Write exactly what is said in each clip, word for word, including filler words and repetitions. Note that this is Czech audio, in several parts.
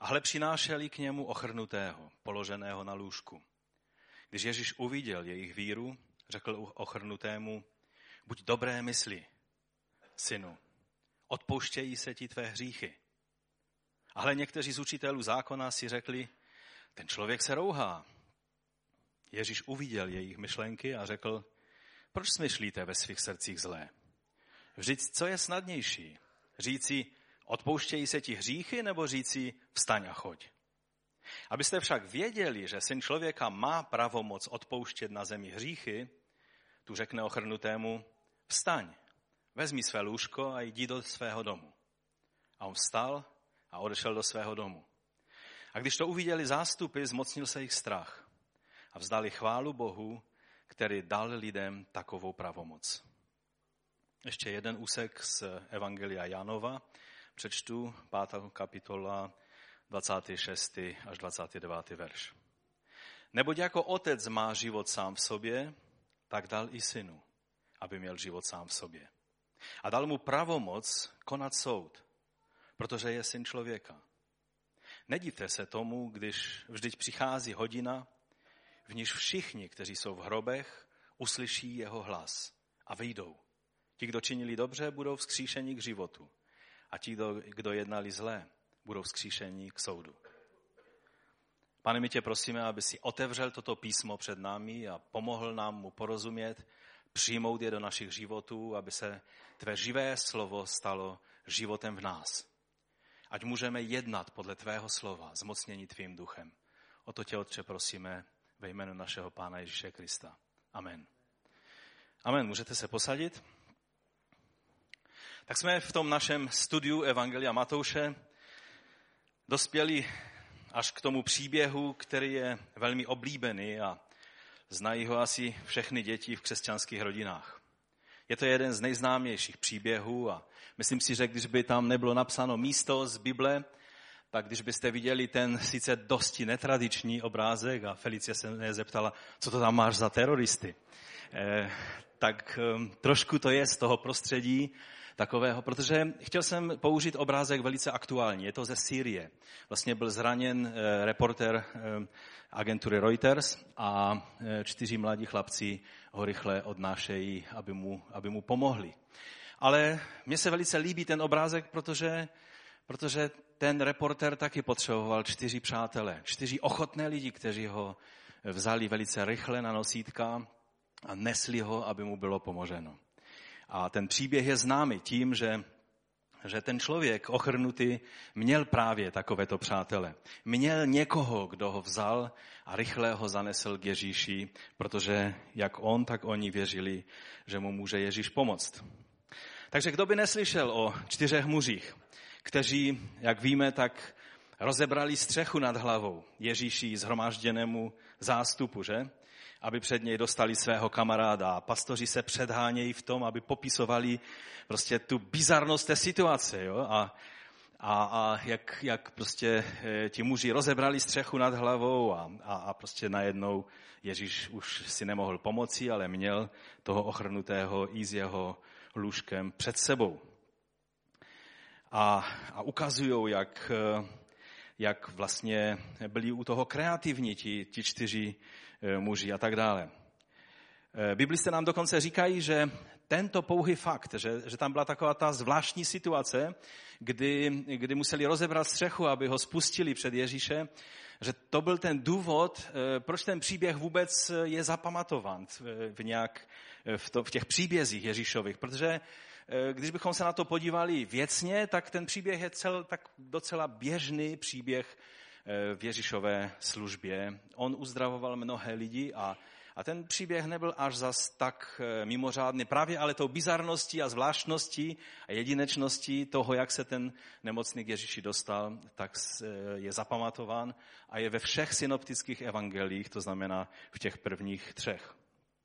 A hle, přinášeli k němu ochrnutého, položeného na lůžku. Když Ježíš uviděl jejich víru, řekl ochrnutému, buď dobré mysli, synu, odpouštějí se ti tvé hříchy. A hle, někteří z učitelů zákona si řekli, ten člověk se rouhá. Ježíš uviděl jejich myšlenky a řekl, proč smýšlíte ve svých srdcích zlé? Vždyť co je snadnější? Říci, odpouštějí se ti hříchy, nebo říci, vstaň a choď? Abyste však věděli, že syn člověka má pravomoc odpouštět na zemi hříchy, tu řekne ochrnutému, vstaň, vezmi své lůžko a jdi do svého domu. A on vstal a odešel do svého domu. A když to uviděli zástupy, zmocnil se jich strach a vzdali chválu Bohu, který dal lidem takovou pravomoc. Ještě jeden úsek z Evangelia Janova. Přečtu pátá kapitola, dvacátý šestý až dvacátý devátý verš. Neboť jako otec má život sám v sobě, tak dal i synu, aby měl život sám v sobě. A dal mu pravomoc konat soud, protože je syn člověka. Nedivte se tomu, když vždyť přichází hodina, v níž všichni, kteří jsou v hrobech, uslyší jeho hlas a vyjdou. Ti, kdo činili dobře, budou vzkříšeni k životu. A ti, kdo, kdo jednali zlé, budou vzkříšeni k soudu. Pane, my tě prosíme, aby si otevřel toto písmo před námi a pomohl nám mu porozumět, přijmout je do našich životů, aby se tvé živé slovo stalo životem v nás. Ať můžeme jednat podle tvého slova, zmocnění tvým duchem. O to tě, Otče, prosíme ve jménu našeho Pána Ježíše Krista. Amen. Amen. Můžete se posadit? Tak jsme v tom našem studiu Evangelia Matouše dospěli až k tomu příběhu, který je velmi oblíbený a znají ho asi všechny děti v křesťanských rodinách. Je to jeden z nejznámějších příběhů a myslím si, že když by tam nebylo napsáno místo z Bible, tak když byste viděli ten sice dosti netradiční obrázek a Felicie se mě zeptala, co to tam máš za teroristy, eh, tak eh, trošku to je z toho prostředí takového, protože chtěl jsem použít obrázek velice aktuální. Je to ze Sýrie. Vlastně byl zraněn eh, reportér eh, agentury Reuters a eh, čtyři mladí chlapci ho rychle odnášejí, aby mu, aby mu pomohli. Ale mně se velice líbí ten obrázek, protože, protože ten reportér taky potřeboval čtyři přátele, čtyři ochotné lidi, kteří ho vzali velice rychle na nosítka a nesli ho, aby mu bylo pomoženo. A ten příběh je známý tím, že, že ten člověk ochrnutý měl právě takovéto přátele. Měl někoho, kdo ho vzal a rychle ho zanesl k Ježíši, protože jak on, tak oni věřili, že mu může Ježíš pomoct. Takže kdo by neslyšel o čtyřech mužích, kteří, jak víme, tak rozebrali střechu nad hlavou Ježíši shromážděnému zástupu, že? Aby před něj dostali svého kamaráda. A pastoři se předhánějí v tom, aby popisovali prostě tu bizarnost té situace. Jo? A, a, a jak, jak prostě ti muži rozebrali střechu nad hlavou a, a, a prostě najednou Ježíš už si nemohl pomoci, ale měl toho ochrnutého i s jeho lůžkem před sebou. A, a ukazují, jak, jak vlastně byli u toho kreativní ti, ti čtyři muži a tak dále. Biblisté nám dokonce říkají, že tento pouhý fakt, že, že tam byla taková ta zvláštní situace, kdy, kdy museli rozebrat střechu, aby ho spustili před Ježíše, že to byl ten důvod, proč ten příběh vůbec je zapamatován v, nějak, v, to, v těch příbězích Ježíšových, protože když bychom se na to podívali věcně, tak ten příběh je cel, tak docela běžný příběh v Ježíšové službě. On uzdravoval mnohé lidi a, a ten příběh nebyl až zas tak mimořádný. Právě ale tou bizarností a zvláštností a jedinečností toho, jak se ten nemocný k Ježíši dostal, tak je zapamatován a je ve všech synoptických evangelích, to znamená v těch prvních třech.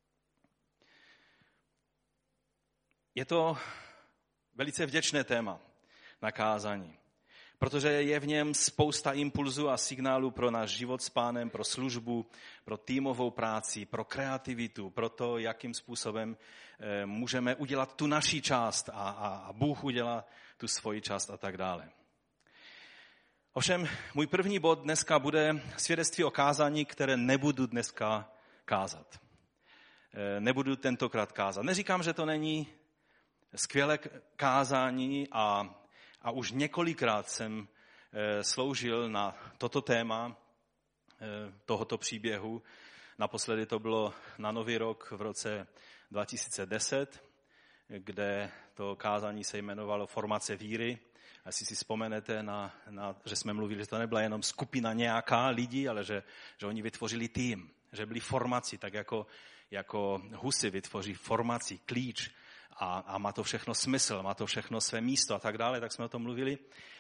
Je to velice vděčné téma na kázání, protože je v něm spousta impulzů a signálů pro náš život s Pánem, pro službu, pro týmovou práci, pro kreativitu, pro to, jakým způsobem můžeme udělat tu naši část a, a, a Bůh udělá tu svoji část a tak dále. Ovšem, můj první bod dneska bude svědectví o kázání, které nebudu dneska kázat. Nebudu tentokrát kázat. Neříkám, že to není skvělé kázání a, a už několikrát jsem sloužil na toto téma tohoto příběhu. Naposledy to bylo na Nový rok v roce dva tisíce deset, kde to kázání se jmenovalo Formace víry. Asi si vzpomenete, na, na, že jsme mluvili, že to nebyla jenom skupina nějaká lidí, ale že, že oni vytvořili tým, že byli formaci, tak jako, jako husy vytvoří formaci, klíč a, a má to všechno smysl, má to všechno své místo a tak dále, tak jsme o tom mluvili.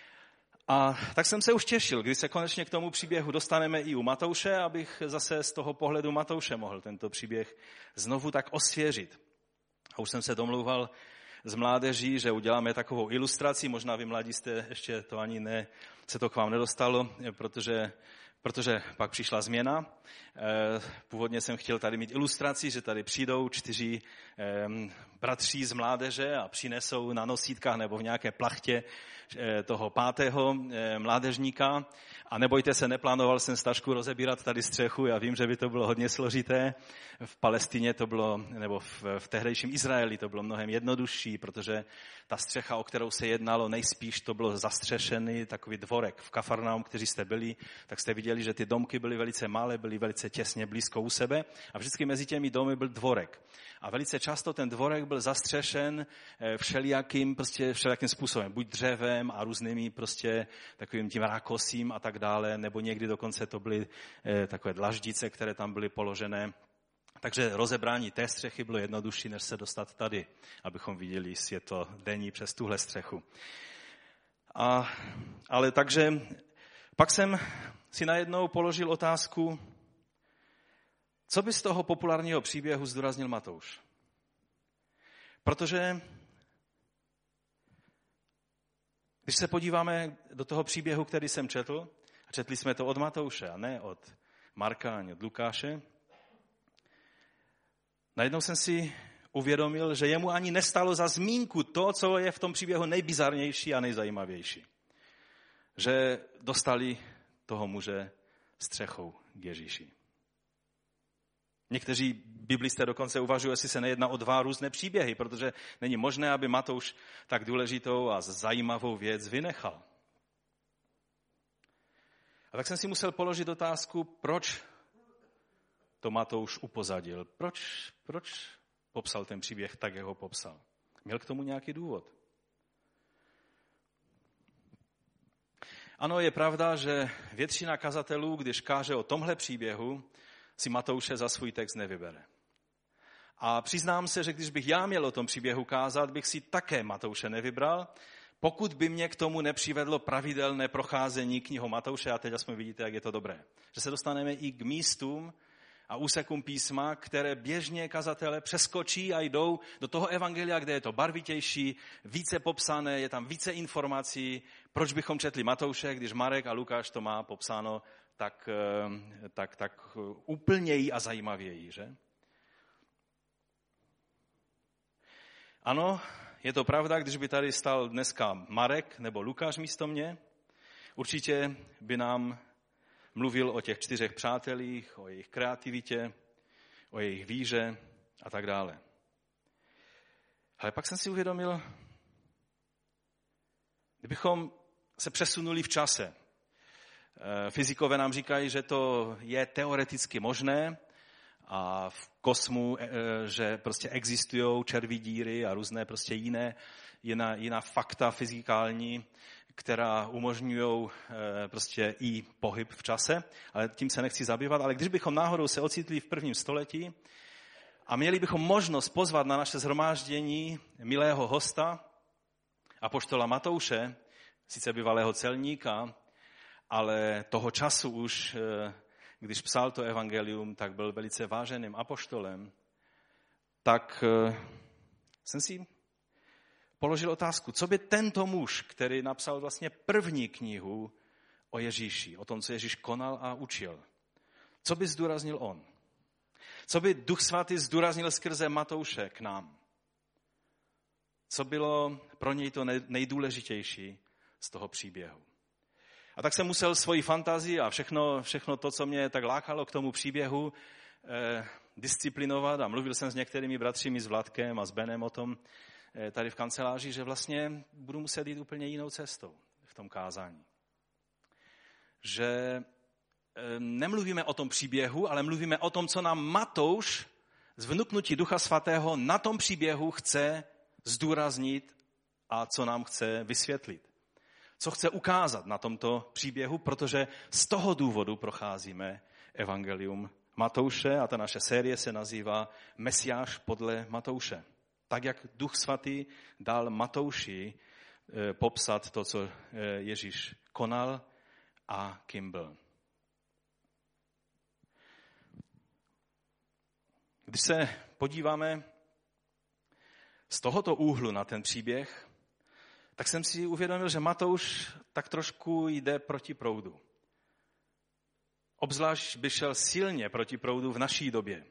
A tak jsem se už těšil, když se konečně k tomu příběhu dostaneme i u Matouše, abych zase z toho pohledu Matouše mohl tento příběh znovu tak osvěžit. A už jsem se domlouval z mládeží, že uděláme takovou ilustraci, možná vy mladí jste ještě to ani ne, se to k vám nedostalo, protože, protože pak přišla změna. Původně jsem chtěl tady mít ilustraci, že tady přijdou čtyři bratři z mládeže a přinesou na nosítkách nebo v nějaké plachtě toho pátého mládežníka. A nebojte se, neplánoval jsem Stašku rozebírat tady střechu, já vím, že by to bylo hodně složité. V Palestině to bylo, nebo v, v tehdejším Izraeli to bylo mnohem jednodušší, protože ta střecha, o kterou se jednalo, nejspíš to bylo zastřešený takový dvorek. V Kafarnaum, kteří jste byli, tak jste viděli, že ty domky byly velice malé, byly velice těsně blízko u sebe a vždycky mezi těmi domy byl dvorek. A velice často ten dvorek byl zastřešen všelijakým, prostě všelijakým způsobem, buď dřevem a různými prostě takovým tím rákosím a tak dále, nebo někdy dokonce to byly takové dlaždice, které tam byly položené. Takže rozebrání té střechy bylo jednodušší, než se dostat tady, abychom viděli světlo denní přes tuhle střechu. A, ale takže pak jsem si najednou položil otázku, co by z toho populárního příběhu zdůraznil Matouš. Protože když se podíváme do toho příběhu, který jsem četl, a četli jsme to od Matouše a ne od Marka ani od Lukáše, najednou jsem si uvědomil, že jemu ani nestalo za zmínku to, co je v tom příběhu nejbizarnější a nejzajímavější. Že dostali toho muže střechou k Ježíši. Někteří biblisté dokonce uvažují, jestli se nejedná o dva různé příběhy, protože není možné, aby Matouš tak důležitou a zajímavou věc vynechal. A tak jsem si musel položit otázku, proč to Matouš upozadil. Proč, proč popsal ten příběh tak, jak ho popsal? Měl k tomu nějaký důvod? Ano, je pravda, že většina kazatelů, když káže o tomhle příběhu, si Matouše za svůj text nevybere. A přiznám se, že když bych já měl o tom příběhu kázat, bych si také Matouše nevybral, pokud by mě k tomu nepřivedlo pravidelné procházení knihou Matouše, a teď aspoň vidíte, jak je to dobré. Že se dostaneme i k místům a úsekům písma, které běžně kazatelé přeskočí a jdou do toho evangelia, kde je to barvitější, více popsané, je tam více informací. Proč bychom četli Matouše, když Marek a Lukáš to má popsáno tak, tak, tak úplněji a zajímavěji, že? Ano, je to pravda, když by tady stal dneska Marek nebo Lukáš místo mě, určitě by nám mluvil o těch čtyřech přátelích, o jejich kreativitě, o jejich víře a tak dále. Ale pak jsem si uvědomil, kdybychom se přesunuli v čase. Fyzikové nám říkají, že to je teoreticky možné a v kosmu, že prostě existují červí díry a různé prostě jiné, jiná, jiná fakta fyzikální, která umožňují prostě i pohyb v čase, ale tím se nechci zabývat. Ale když bychom náhodou se ocitli v prvním století a měli bychom možnost pozvat na naše shromáždění milého hosta, apoštola Matouše, sice bývalého celníka, ale toho času už, když psal to evangelium, tak byl velice váženým apoštolem, tak jsem si položil otázku, co by tento muž, který napsal vlastně první knihu o Ježíši, o tom, co Ježíš konal a učil, co by zdůraznil on? Co by Duch Svatý zdůraznil skrze Matouše k nám? Co bylo pro něj to nejdůležitější z toho příběhu? A A tak jsem musel svoji fantazii a všechno, všechno to, co mě tak lákalo k tomu příběhu, eh, disciplinovat. A mluvil jsem s některými bratřími, s Vladkem a s Benem o tom eh, tady v kanceláři, že vlastně budu muset jít úplně jinou cestou v tom kázání. Že eh, nemluvíme o tom příběhu, ale mluvíme o tom, co nám Matouš z vnuknutí Ducha Svatého na tom příběhu chce zdůraznit a co nám chce vysvětlit. Co chce ukázat na tomto příběhu, protože z toho důvodu procházíme evangelium Matouše a ta naše série se nazývá Mesiáš podle Matouše. Tak, jak Duch Svatý dal Matouši eh, popsat to, co eh, Ježíš konal a kým byl. Když se podíváme z tohoto úhlu na ten příběh, tak jsem si uvědomil, že Matouš tak trošku jde proti proudu. Obzvlášť by šel silně proti proudu v naší době,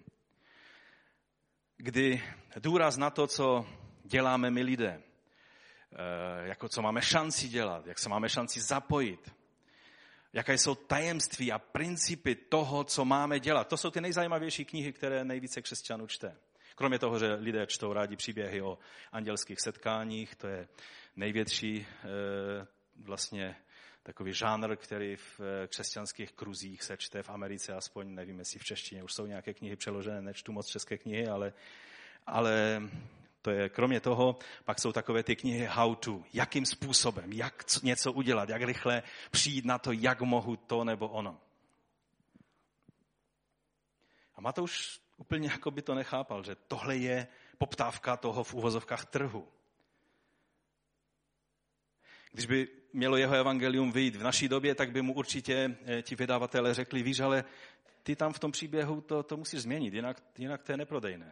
kdy důraz na to, co děláme my lidé, jako co máme šanci dělat, jak se máme šanci zapojit, jaké jsou tajemství a principy toho, co máme dělat. To jsou ty nejzajímavější knihy, které nejvíce křesťanů čte. Kromě toho, že lidé čtou rádi příběhy o andělských setkáních, to je největší vlastně takový žánr, který v křesťanských kruzích se čte v Americe, aspoň nevím, jestli v češtině už jsou nějaké knihy přeložené, nečtu moc české knihy, ale, ale to je kromě toho, pak jsou takové ty knihy how to, jakým způsobem, jak něco udělat, jak rychle přijít na to, jak mohu to nebo ono. A Matouš úplně jako by to nechápal, že tohle je poptávka toho v uvozovkách trhu. Když by mělo jeho evangelium vyjít v naší době, tak by mu určitě ti vydavatelé řekli, víš, ale ty tam v tom příběhu to, to musíš změnit, jinak, jinak to je neprodejné.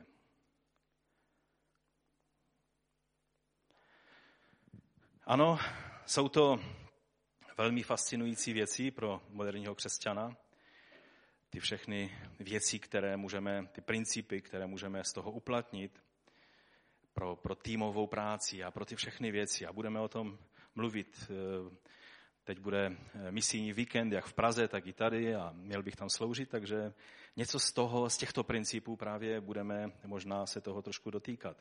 Ano, jsou to velmi fascinující věci pro moderního křesťana. Ty všechny věci, které můžeme, ty principy, které můžeme z toho uplatnit pro, pro týmovou práci a pro ty všechny věci. A budeme o tom mluvit. Teď bude misijní víkend, jak v Praze, tak i tady a měl bych tam sloužit, takže něco z toho, z těchto principů právě budeme možná se toho trošku dotýkat.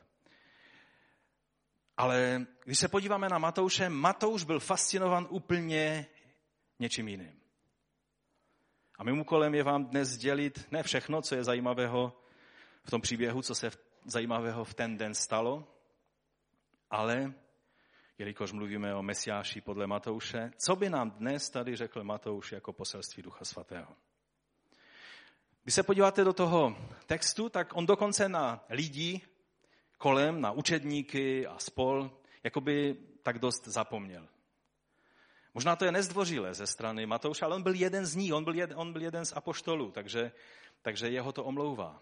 Ale když se podíváme na Matouše, Matouš byl fascinovan úplně něčím jiným. A mým úkolem je vám dnes sdělit ne všechno, co je zajímavého v tom příběhu, co se zajímavého v ten den stalo, ale, jelikož mluvíme o Mesiáši podle Matouše, co by nám dnes tady řekl Matouš jako poselství Ducha Svatého. Když se podíváte do toho textu, tak on dokonce na lidi kolem, na učedníky a spol, jakoby tak dost zapomněl. Možná to je nezdvořilé ze strany Matouše, ale on byl jeden z ní, on byl jeden, on byl jeden z apoštolů, takže, takže jeho to omlouvá.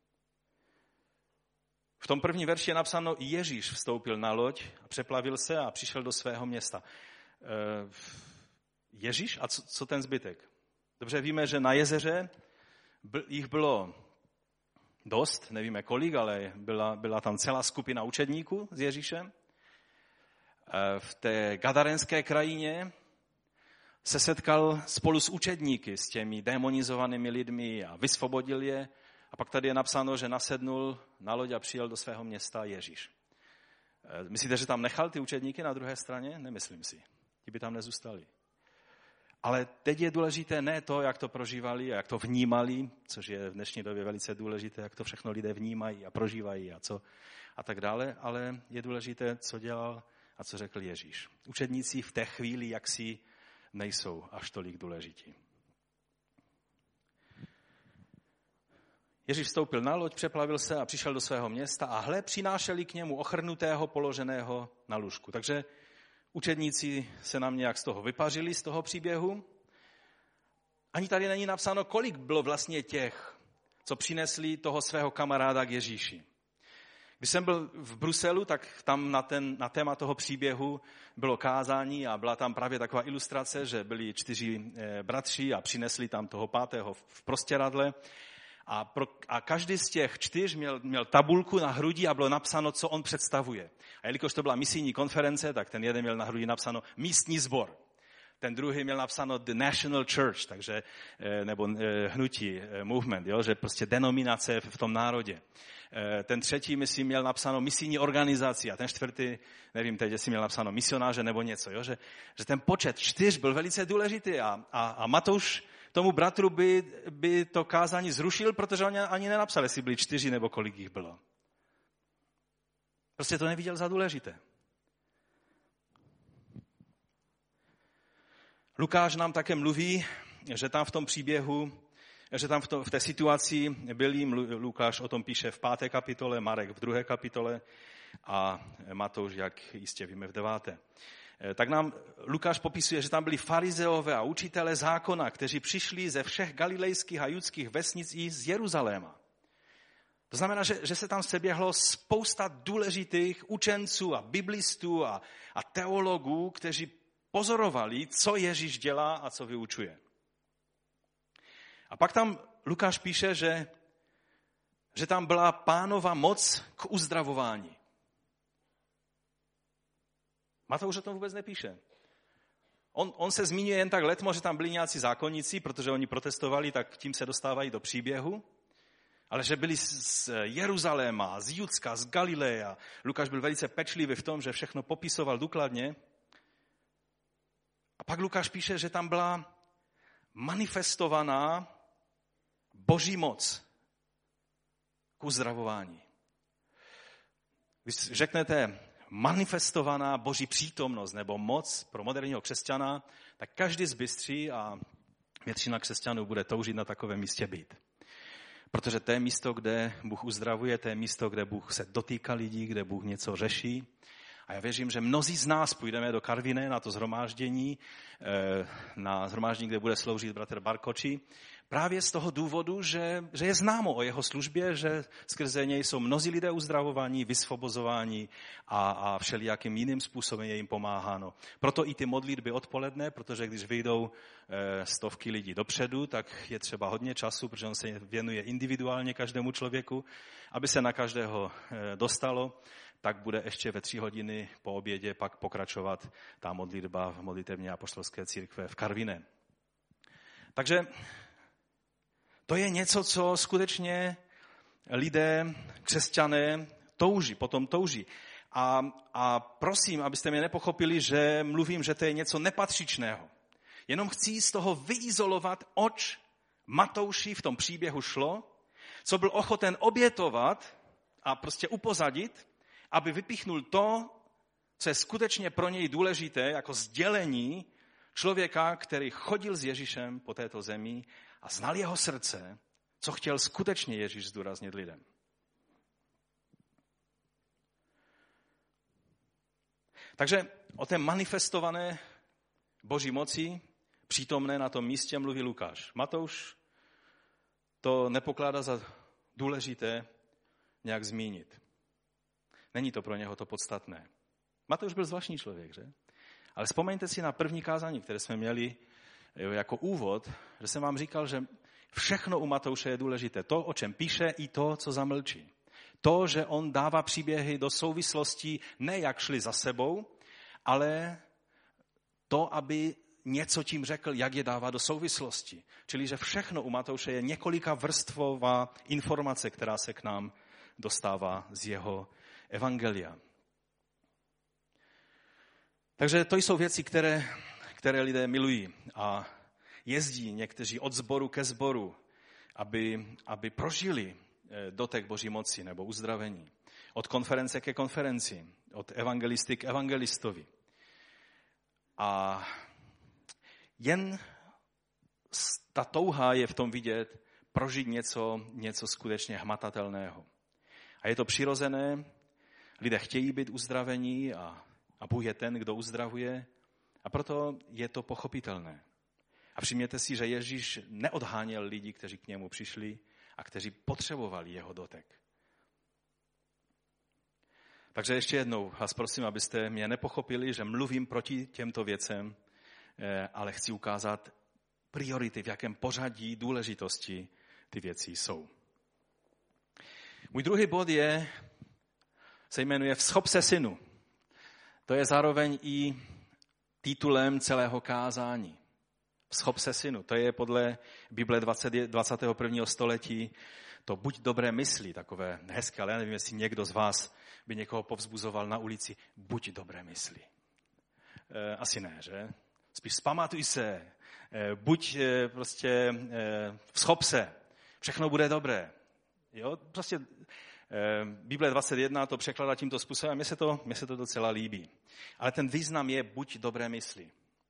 V tom prvním verši je napsáno, Ježíš vstoupil na loď, přeplavil se a přišel do svého města. Ježíš a co, co ten zbytek? Dobře víme, že na jezeře jich bylo dost, nevíme kolik, ale byla, byla tam celá skupina učedníků s Ježíšem. V té gadarenské krajině se setkal spolu s učedníky, s těmi démonizovanými lidmi a vysvobodil je. A pak tady je napsáno, že nasednul na loď a přijel do svého města Ježíš. Myslíte, že tam nechal ty učedníky na druhé straně? Nemyslím si. Ti by tam nezůstali. Ale teď je důležité ne to, jak to prožívali a jak to vnímali, což je v dnešní době velice důležité, jak to všechno lidé vnímají a prožívají a co a tak dále, ale je důležité, co dělal a co řekl Ježíš. Učedníci v té chvíli jaksi nejsou až tolik důležití. Ježíš vstoupil na loď, přeplavil se a přišel do svého města a hle, přinášeli k němu ochrnutého, položeného na lůžku. Takže učedníci se nám nějak z toho vypařili, z toho příběhu. Ani tady není napsáno, kolik bylo vlastně těch, co přinesli toho svého kamaráda k Ježíši. Když jsem byl v Bruselu, tak tam na, ten, na téma toho příběhu bylo kázání a byla tam právě taková ilustrace, že byli čtyři bratři a přinesli tam toho pátého v prostěradle. A, pro, a každý z těch čtyř měl, měl tabulku na hrudi a bylo napsáno, co on představuje. A jelikož to byla misijní konference, tak ten jeden měl na hrudi napsáno místní sbor. ten druhý měl napsáno The National Church, takže, nebo hnutí, movement, jo, že prostě denominace v tom národě. Ten třetí, myslím, měl napsáno misijní organizaci a ten čtvrtý, nevím teď, jestli měl napsáno misionáře nebo něco, jo, že, že ten počet čtyř byl velice důležitý a, a, a Matouš tomu bratru by, by to kázání zrušil, protože on ani nenapsal, jestli byli čtyři nebo kolik jich bylo. Prostě to neviděl za důležité. Lukáš nám také mluví, že tam v tom příběhu, že tam v, to, v té situaci byli, Lukáš o tom píše v páté kapitole, Marek v druhé kapitole a Matouš, jak jistě víme, v deváté. Tak nám Lukáš popisuje, že tam byli farizeové a učitelé zákona, kteří přišli ze všech galilejských a judských vesnic i z Jeruzaléma. To znamená, že, že se tam seběhlo spousta důležitých učenců a biblistů a, a teologů, kteří pozorovali, co Ježíš dělá a co vyučuje. A pak tam Lukáš píše, že, že tam byla Pánova moc k uzdravování. Matouš o tom vůbec nepíše. On, on se zmiňuje jen tak letmo, že tam byli nějací zákonníci, protože oni protestovali, tak tím se dostávají do příběhu. Ale že byli z Jeruzaléma, z Judska, z Galileje. A Lukáš byl velice pečlivý v tom, že všechno popisoval důkladně. A pak Lukáš píše, že tam byla manifestovaná Boží moc k uzdravování. Když řeknete manifestovaná Boží přítomnost nebo moc pro moderního křesťana, tak každý zbystří a většina křesťanů bude toužit na takovém místě být. Protože to je místo, kde Bůh uzdravuje, to je místo, kde Bůh se dotýká lidí, kde Bůh něco řeší. A já věřím, že mnozí z nás půjdeme do Karviné na to shromáždění, na shromáždění, kde bude sloužit bratr Barkoči, právě z toho důvodu, že, že je známo o jeho službě, že skrze něj jsou mnozí lidé uzdravovaní, vysvobozováni a, a všelijakým jiným způsobem je jim pomáháno. Proto i ty modlitby odpoledne, protože když vyjdou stovky lidí dopředu, tak je třeba hodně času, protože on se věnuje individuálně každému člověku, aby se na každého dostalo, tak bude ještě ve tři hodiny po obědě pak pokračovat ta modlitba v modlitevně apoštolské církve v Karviné. Takže to je něco, co skutečně lidé, křesťané touží, potom touží. A, a prosím, abyste mě nepochopili, že mluvím, že to je něco nepatřičného. Jenom chci z toho vyizolovat, oč Matouši v tom příběhu šlo, co byl ochoten obětovat a prostě upozadit, aby vypíchnul to, co je skutečně pro něj důležité, jako sdělení člověka, který chodil s Ježíšem po této zemi a znal jeho srdce, co chtěl skutečně Ježíš zdůraznit lidem. Takže o té manifestované Boží moci, přítomné na tom místě, mluví Lukáš. Matouš to nepokládá za důležité nějak zmínit. Není to pro něho to podstatné. Matouš byl zvláštní člověk, že? Ale vzpomeňte si na první kázání, které jsme měli jako úvod, že jsem vám říkal, že všechno u Matouše je důležité. To, o čem píše, i to, co zamlčí. To, že on dává příběhy do souvislostí, ne jak šli za sebou, ale to, aby něco tím řekl, jak je dává do souvislosti. Čili, že všechno u Matouše je několika vrstvová informace, která se k nám dostává z jeho evangelia. Takže to jsou věci, které, které lidé milují a jezdí někteří od sboru ke sboru, aby, aby prožili dotek Boží moci nebo uzdravení. Od konference ke konferenci, od evangelisty k evangelistovi. A jen ta touha je v tom vidět, prožít něco, něco skutečně hmatatelného. A je to přirozené, lidé chtějí být uzdravení a, a Bůh je ten, kdo uzdravuje a proto je to pochopitelné. A všimněte si, že Ježíš neodháněl lidi, kteří k němu přišli a kteří potřebovali jeho dotek. Takže ještě jednou vás prosím, abyste mě nepochopili, že mluvím proti těmto věcem, ale chci ukázat priority, v jakém pořadí důležitosti ty věci jsou. Můj druhý bod je, se jmenuje Vzchop se synu. To je zároveň i titulem celého kázání. Schop se, synu. To je podle Bible dvacátého prvního století to buď dobré mysli, takové hezké, ale já nevím, jestli někdo z vás by někoho povzbuzoval na ulici, buď dobré mysli. E, asi ne, že? Spíš vzpamatuj se, e, buď e, prostě e, schop se, všechno bude dobré. Jo? Prostě e, Bible dvacet jedna to překládá tímto způsobem, mně se to, mně se to docela líbí. Ale ten význam je buď dobré mysli.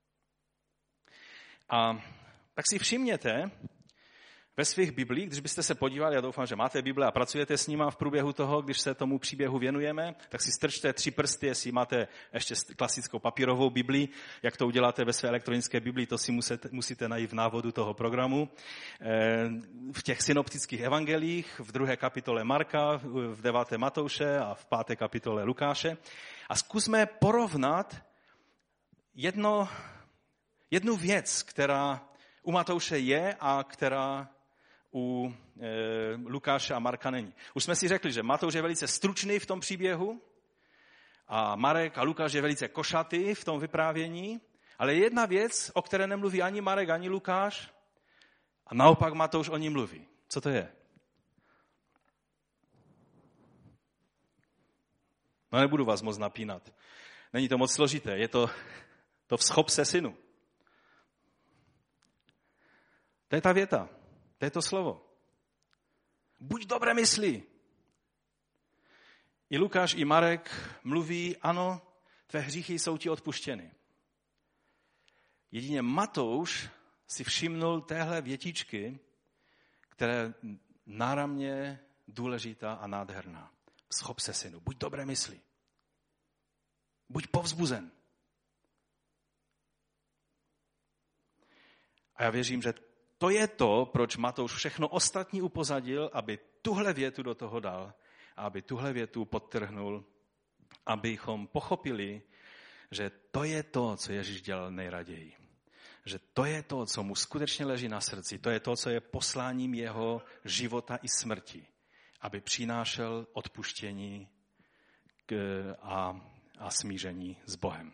A tak si všimněte, ve svých Biblích, když byste se podívali, já doufám, že máte Bible a pracujete s nima v průběhu toho, když se tomu příběhu věnujeme, tak si strčte tři prsty, jestli máte ještě klasickou papírovou Bibli, jak to uděláte ve své elektronické Bibli, to si musíte, musíte najít v návodu toho programu. V těch synoptických evangelích, v druhé kapitole Marka, v deváté Matouše a v páté kapitole Lukáše. A zkusme porovnat jedno, jednu věc, která u Matouše je a která u e, Lukáše a Marka není. Už jsme si řekli, že Matouš je velice stručný v tom příběhu a Marek a Lukáš je velice košatý v tom vyprávění, ale jedna věc, o které nemluví ani Marek, ani Lukáš a naopak Matouš o ní mluví. Co to je? No nebudu vás moc napínat. Není to moc složité, je to, to vzchop se, synu. To je ta věta, to je to slovo. Buď dobré mysli. I Lukáš, i Marek mluví, ano, tvé hříchy jsou ti odpuštěny. Jedině Matouš si všimnul téhle větičky, která je náramně důležitá a nádherná. Schop se, synu, buď dobré mysli. Buď povzbuzen. A já věřím, že to je to, proč Matouš všechno ostatní upozadil, aby tuhle větu do toho dal a aby tuhle větu podtrhnul, abychom pochopili, že to je to, co Ježíš dělal nejraději. Že to je to, co mu skutečně leží na srdci. To je to, co je posláním jeho života i smrti. Aby přinášel odpuštění a, a smíření s Bohem.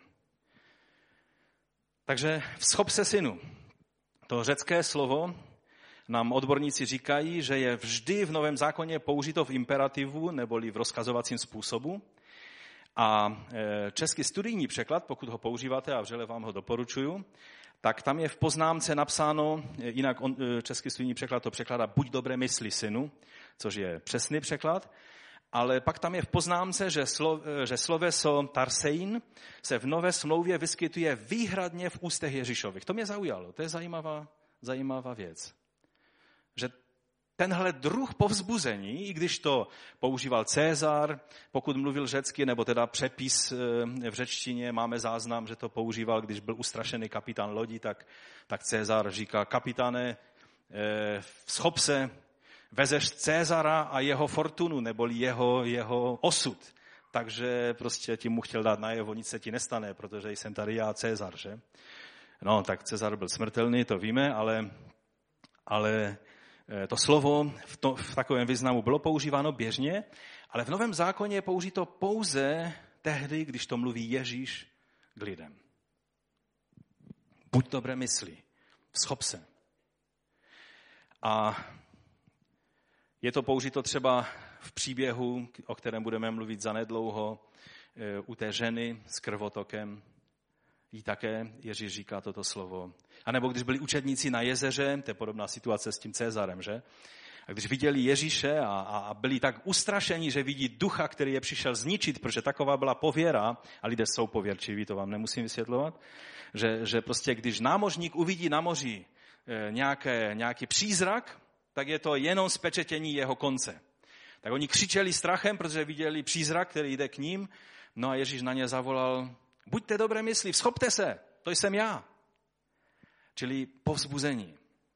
Takže vzchop se, synu. To řecké slovo nám odborníci říkají, že je vždy v Novém zákoně použito v imperativu neboli v rozkazovacím způsobu. A český studijní překlad, pokud ho používáte a vřele vám ho doporučuju, tak tam je v poznámce napsáno, jinak on, český studijní překlad to překládá buď dobré mysli, synu, což je přesný překlad, ale pak tam je v poznámce, že, slo, že sloveso tarsein se v Nové smlouvě vyskytuje výhradně v ústech Ježíšových. To mě zaujalo, to je zajímavá, zajímavá věc. Že tenhle druh povzbuzení, i když to používal Cezar, pokud mluvil řecky, nebo teda přepis v řečtině, máme záznam, že to používal, když byl ustrašený kapitán lodi, tak, tak Cezar říká, kapitáne, schop se, vezeš Cezara a jeho fortunu, neboli jeho, jeho osud. Takže prostě ti mu chtěl dát najevo, nic se ti nestane, protože jsem tady já Cezar, že? No, tak Cezar byl smrtelný, to víme, ale, ale to slovo v, to, v takovém významu bylo používáno běžně, ale v Novém zákoně je použito pouze tehdy, když to mluví Ježíš k lidem. Buď dobré mysli, schop se. A je to použito třeba v příběhu, o kterém budeme mluvit zanedlouho, u té ženy s krvotokem. Jí také Ježíš říká toto slovo. A nebo když byli učedníci na jezeře, to je podobná situace s tím Cezarem, že? A když viděli Ježíše a, a byli tak ustrašení, že vidí ducha, který je přišel zničit, protože taková byla pověra, a lidé jsou pověrčiví, to vám nemusím vysvětlovat, že, že prostě když námořník uvidí na moři nějaké, nějaký přízrak, tak je to jenom zpečetění jeho konce. Tak oni křičeli strachem, protože viděli přízrak, který jde k ním, no a Ježíš na ně zavolal, buďte dobré mysli, vzchopte se, to jsem já. Čili povzbuzení.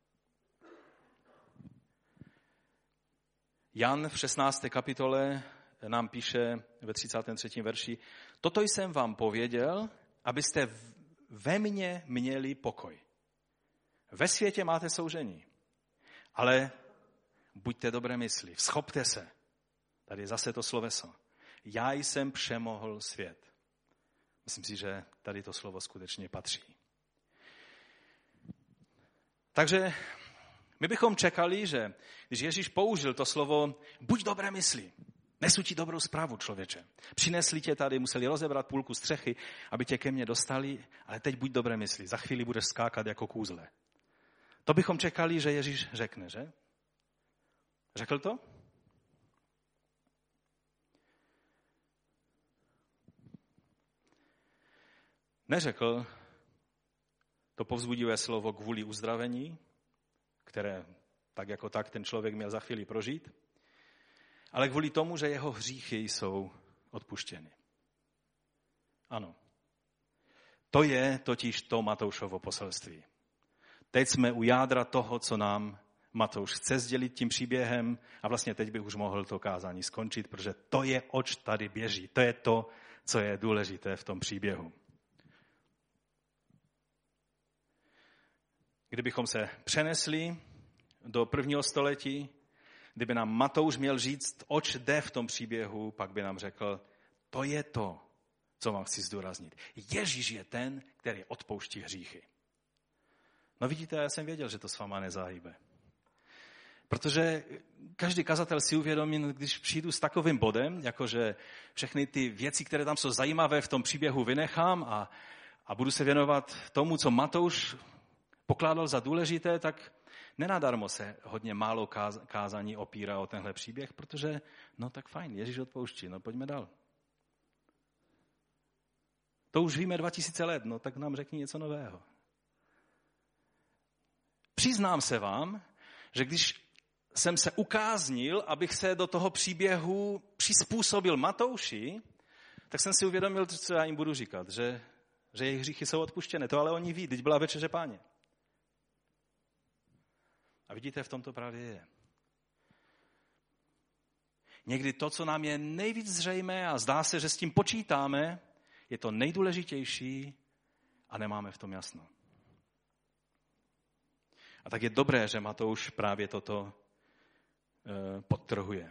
Jan v šestnácté kapitole nám píše ve třicátém třetím verši, toto jsem vám pověděl, abyste ve mně měli pokoj. Ve světě máte soužení, ale buďte dobré mysli, vzchopte se. Tady je zase to sloveso. Já jsem přemohl svět. Myslím si, že tady to slovo skutečně patří. Takže my bychom čekali, že když Ježíš použil to slovo buď dobré mysli, nesu ti dobrou zprávu, člověče. Přinesli tě tady, museli rozebrat půlku střechy, aby tě ke mně dostali, ale teď buď dobré mysli, za chvíli budeš skákat jako kůzle. To bychom čekali, že Ježíš řekne, že? Řekl to? Neřekl to povzbudivé slovo kvůli uzdravení, které tak jako tak ten člověk měl za chvíli prožít, ale kvůli tomu, že jeho hříchy jsou odpuštěny. Ano. To je totiž to Matoušovo poselství. Teď jsme u jádra toho, co nám Matouš chce sdělit tím příběhem a vlastně teď bych už mohl to kázání skončit, protože to je, oč tady běží. To je to, co je důležité v tom příběhu. Kdybychom se přenesli do prvního století, kdyby nám Matouš měl říct, oč jde v tom příběhu, pak by nám řekl, to je to, co vám chci zdůraznit. Ježíš je ten, který odpouští hříchy. No vidíte, já jsem věděl, že to s váma nezahýbe. Protože každý kazatel si uvědomí, když přijdu s takovým bodem, jakože všechny ty věci, které tam jsou zajímavé, v tom příběhu vynechám a, a budu se věnovat tomu, co Matouš pokládal za důležité, tak nenadarmo se hodně málo kázání opírá o tenhle příběh, protože, no tak fajn, Ježíš odpouští, no pojďme dál. To už víme dva tisíce let, no tak nám řekni něco nového. Přiznám se vám, že když jsem se ukáznil, abych se do toho příběhu přizpůsobil Matouši, tak jsem si uvědomil, co já jim budu říkat, že, že jejich hříchy jsou odpuštěné. To ale oni ví, teď byla večeře Páně. A vidíte, v tom to právě je. Někdy to, co nám je nejvíc zřejmé a zdá se, že s tím počítáme, je to nejdůležitější a nemáme v tom jasno. A tak je dobré, že Matouš právě toto e, podtrhuje.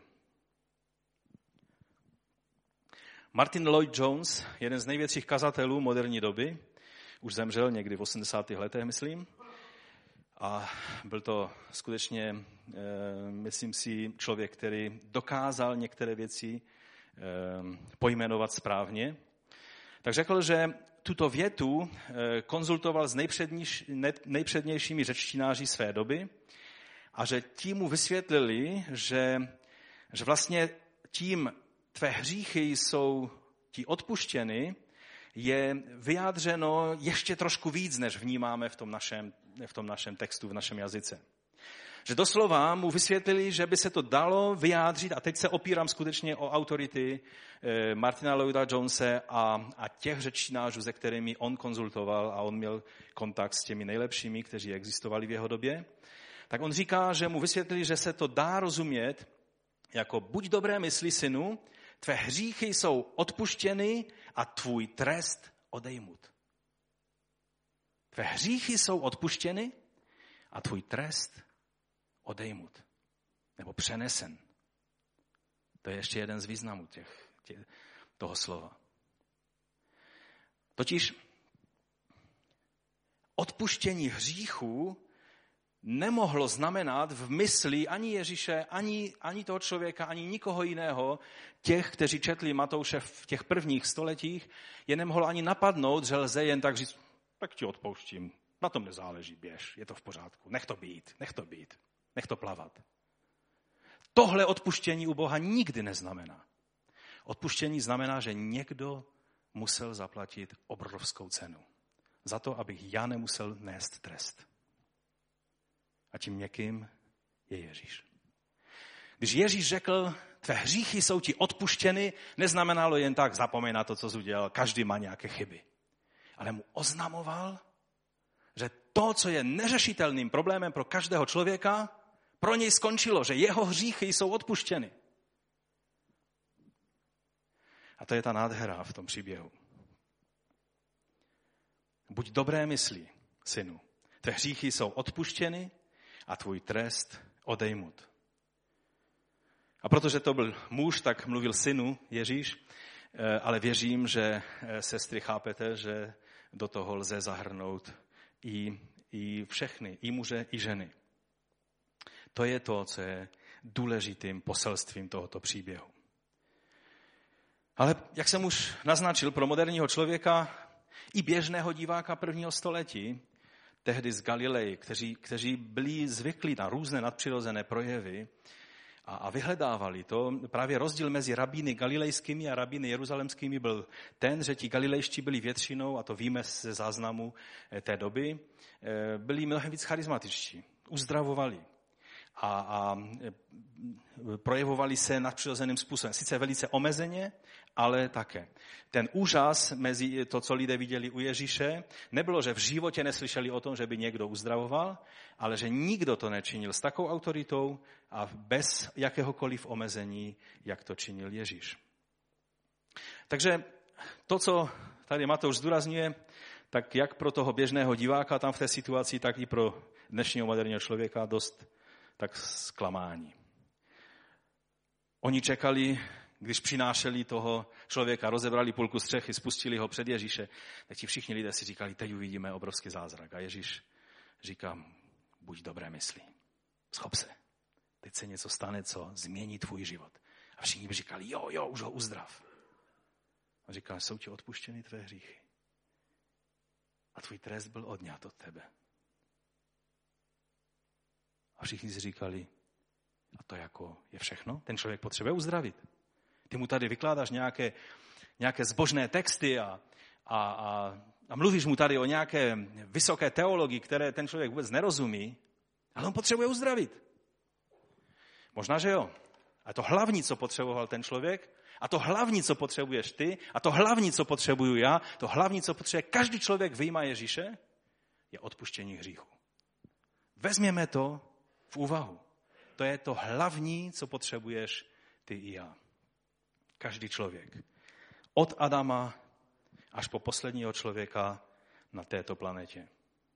Martin Lloyd-Jones, jeden z největších kazatelů moderní doby, už zemřel někdy v osmdesátých letech, myslím. A byl to skutečně, e, myslím si, člověk, který dokázal některé věci e, pojmenovat správně. Tak řekl, že tuto větu konzultoval s nejpřednějšími řečtináři své doby a že tím mu vysvětlili, že, že vlastně tím tvé hříchy jsou ti odpuštěny, je vyjádřeno ještě trošku víc, než vnímáme v tom našem, v tom našem textu, v našem jazyce. Že doslova mu vysvětlili, že by se to dalo vyjádřit, a teď se opírám skutečně o autority Martina Lloyda-Jonese a, a těch řečtinářů, se kterými on konzultoval a on měl kontakt s těmi nejlepšími, kteří existovali v jeho době, tak on říká, že mu vysvětlili, že se to dá rozumět jako buď dobré mysli, synu, tvé hříchy jsou odpuštěny a tvůj trest odejmut. Tvé hříchy jsou odpuštěny a tvůj trest odejmut. Nebo přenesen. To je ještě jeden z významů těch, těch, toho slova. Totiž odpuštění hříchů nemohlo znamenat v mysli ani Ježíše, ani, ani toho člověka, ani nikoho jiného, těch, kteří četli Matouše v těch prvních stoletích, je nemohlo ani napadnout, že lze jen tak říct, tak ti odpouštím, na tom nezáleží, běž, je to v pořádku, nech to být, nech to být, nech to plavat. Tohle odpuštění u Boha nikdy neznamená. Odpuštění znamená, že někdo musel zaplatit obrovskou cenu. Za to, abych já nemusel nést trest. A tím někým je Ježíš. Když Ježíš řekl, tvé hříchy jsou ti odpuštěny, neznamenalo jen tak, zapomeň na to, co jsi udělal, každý má nějaké chyby. Ale mu oznamoval, že to, co je neřešitelným problémem pro každého člověka, pro něj skončilo, že jeho hříchy jsou odpuštěny. A to je ta nádhera v tom příběhu. Buď dobré mysli, synu. Tvé hříchy jsou odpuštěny a tvůj trest odejmut. A protože to byl muž, tak mluvil synu Ježíš, ale věřím, že sestry chápete, že do toho lze zahrnout i, i všechny, i muže, i ženy. To je to, co je důležitým poselstvím tohoto příběhu. Ale jak jsem už naznačil, pro moderního člověka i běžného diváka prvního století, tehdy z Galileji, kteří, kteří byli zvyklí na různé nadpřirozené projevy a, a vyhledávali to, právě rozdíl mezi rabíny galilejskými a rabíny jeruzalemskými byl ten, že ti galilejští byli většinou, a to víme ze záznamu té doby, byli mnohem víc charismatičtí, uzdravovali a, a projevovali se nadpřirozeným způsobem. Sice velice omezeně, ale také. Ten úžas mezi to, co lidé viděli u Ježíše, nebylo, že v životě neslyšeli o tom, že by někdo uzdravoval, ale že nikdo to nečinil s takovou autoritou a bez jakéhokoliv omezení, jak to činil Ježíš. Takže to, co tady Matouš zdůrazňuje, tak jak pro toho běžného diváka tam v té situaci, tak i pro dnešního moderního člověka dost tak zklamání. Oni čekali, když přinášeli toho člověka, rozebrali půlku střechy, spustili ho před Ježíše, tak ti všichni lidé si říkali, teď uvidíme obrovský zázrak. A Ježíš říká, buď dobré mysli, schop se. Teď se něco stane, co změní tvůj život. A všichni by říkali, jo, jo, už ho uzdrav. A říká, jsou ti odpuštěny tvé hříchy. A tvůj trest byl odňat od tebe. A všichni si říkali, a to jako je všechno? Ten člověk potřebuje uzdravit. Ty mu tady vykládáš nějaké, nějaké zbožné texty a, a, a, a mluvíš mu tady o nějaké vysoké teologii, které ten člověk vůbec nerozumí, ale on potřebuje uzdravit. Možná, že jo. A to hlavní, co potřeboval ten člověk, a to hlavní, co potřebuješ ty, a to hlavní, co potřebuju já, to hlavní, co potřebuje každý člověk vyjma Ježíše, je odpuštění hříchu. Vezměme to v úvahu. To je to hlavní, co potřebuješ ty i já. Každý člověk. Od Adama až po posledního člověka na této planetě.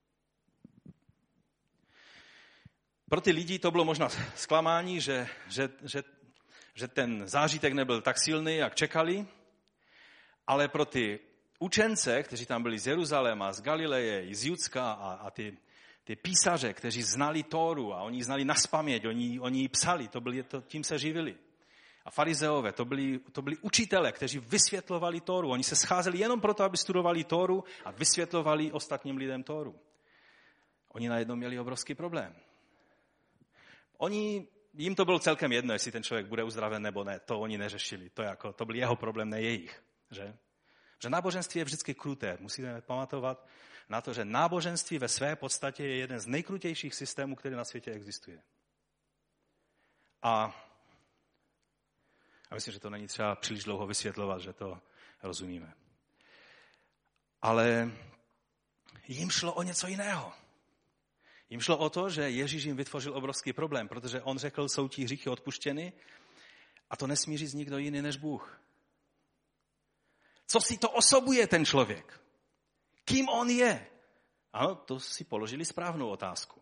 Pro ty lidi to bylo možná zklamání, že, že, že, že ten zážitek nebyl tak silný, jak čekali, ale pro ty učence, kteří tam byli z Jeruzaléma, z Galileje, z Judska a, a ty, ty písaře, kteří znali Tóru a oni ji znali nazpaměť, oni, oni ji psali, to byli, to, tím se živili. A farizeové, to byli, to byli učitele, kteří vysvětlovali Tóru. Oni se scházeli jenom proto, aby studovali Tóru a vysvětlovali ostatním lidem Tóru. Oni najednou měli obrovský problém. Oni, jim to bylo celkem jedno, jestli ten člověk bude uzdraven nebo ne. To oni neřešili. To, jako, to byl jeho problém, ne jejich. Že? Že náboženství je vždycky kruté. Musíme pamatovat na to, že náboženství ve své podstatě je jeden z nejkrutějších systémů, který na světě existuje. A A myslím, že to není třeba příliš dlouho vysvětlovat, že to rozumíme. Ale jim šlo o něco jiného. Jim šlo o to, že Ježíš jim vytvořil obrovský problém, protože on řekl, jsou ti hříchy odpuštěny a to nesmí říct nikdo jiný než Bůh. Co si to osobuje ten člověk? Kým on je? Ano, to si položili správnou otázku.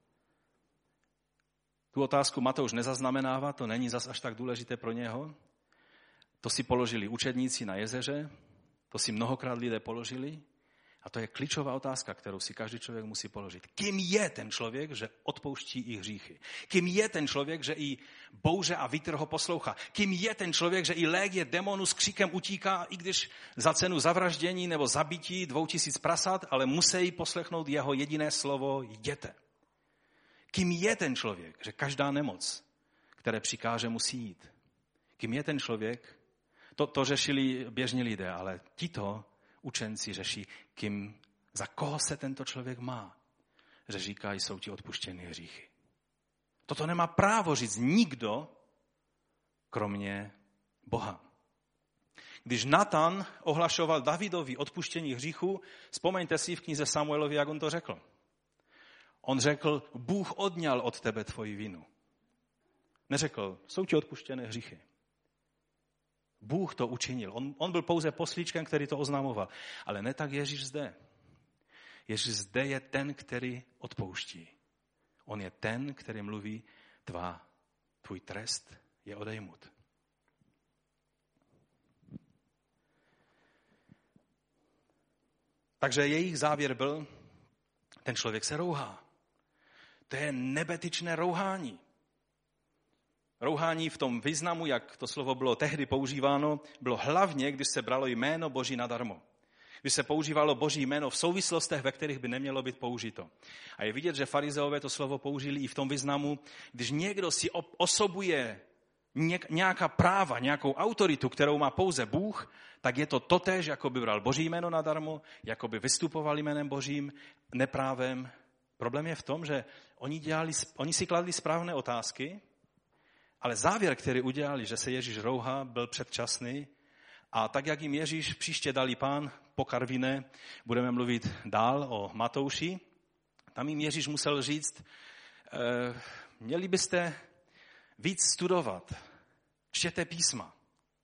Tu otázku Matouš nezaznamenává, to není zas až tak důležité pro něho. To si položili učedníci na jezeře, to si mnohokrát lidé položili a to je klíčová otázka, kterou si každý člověk musí položit. Kým je ten člověk, že odpouští i hříchy? Kým je ten člověk, že i bouře a vítr ho poslouchá? Kým je ten člověk, že i légie demonu s kříkem utíká, i když za cenu zavraždění nebo zabití dvou tisíc prasat, ale musí poslechnout jeho jediné slovo, jděte. Kým je ten člověk, že každá nemoc, které přikáže, musí jít? Kým je ten člověk? To, to řešili běžní lidé, ale tito učenci řeší, kým, za koho se tento člověk má. Že říkají, jsou ti odpuštěny hříchy. Toto nemá právo říct nikdo, kromě Boha. Když Natan ohlašoval Davidovi odpuštění hříchu, vzpomeňte si v knize Samuelovi, jak on to řekl. On řekl, Bůh odňal od tebe tvoji vinu. Neřekl, jsou ti odpuštěné hříchy. Bůh to učinil. On, on byl pouze poslíčkem, který to oznamoval. Ale ne tak Ježíš zde. Ježíš zde je ten, který odpouští. On je ten, který mluví, tvá, tvůj trest je odejmut. Takže jejich závěr byl, ten člověk se rouhá. To je nebetyčné rouhání. Rouhání v tom významu, jak to slovo bylo tehdy používáno, bylo hlavně, když se bralo jméno Boží nadarmo. Když se používalo Boží jméno v souvislostech, ve kterých by nemělo být použito. A je vidět, že farizeové to slovo použili i v tom významu, když někdo si osobuje nějaká práva, nějakou autoritu, kterou má pouze Bůh, tak je to totéž, jako by bral Boží jméno nadarmo, jako by vystupoval jménem Božím neprávem. Problém je v tom, že oni, dělali, oni si kladli správné otázky, ale závěr, který udělali, že se Ježíš rouhá, byl předčasný. A tak, jak jim Ježíš příště dali Pán po Karviné, budeme mluvit dál o Matouši, tam jim Ježíš musel říct, e, měli byste víc studovat, čtěte písma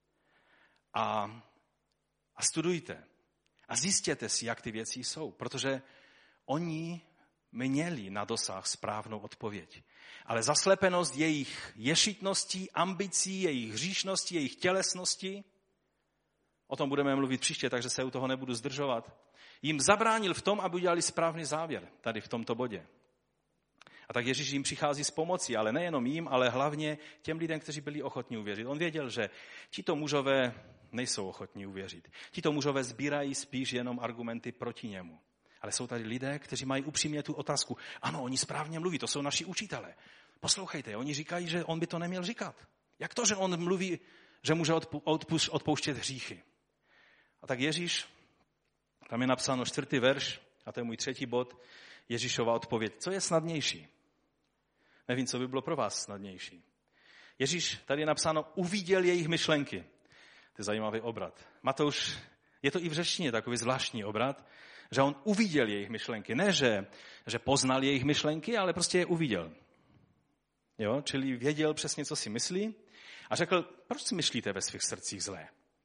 a, a studujte a zjistěte si, jak ty věci jsou, protože oni měli na dosah správnou odpověď. Ale zaslepenost jejich ješitností, ambicí, jejich hříšnosti, jejich tělesnosti, o tom budeme mluvit příště, takže se u toho nebudu zdržovat, jim zabránil v tom, aby udělali správný závěr tady v tomto bodě. A tak Ježíš jim přichází s pomocí, ale nejenom jim, ale hlavně těm lidem, kteří byli ochotní uvěřit. On věděl, že tito mužové nejsou ochotní uvěřit. Tito mužové sbírají spíš jenom argumenty proti němu. Ale jsou tady lidé, kteří mají upřímně tu otázku. Ano, oni správně mluví, to jsou naši učitelé. Poslouchejte, oni říkají, že on by to neměl říkat. Jak to, že on mluví, že může odpouštět hříchy? A tak Ježíš, tam je napsáno čtvrtý verš, a to je můj třetí bod, Ježíšova odpověď. Co je snadnější? Nevím, co by bylo pro vás snadnější. Ježíš, tady je napsáno, uviděl jejich myšlenky. To je zajímavý obrat. Matouš, je to i v řečtině takový zvláštní obrat, že on uviděl jejich myšlenky. Ne, že, že poznal jejich myšlenky, ale prostě je uviděl. Jo? Čili věděl přesně, co si myslí a řekl, proč si myslíte ve svých srdcích zlé?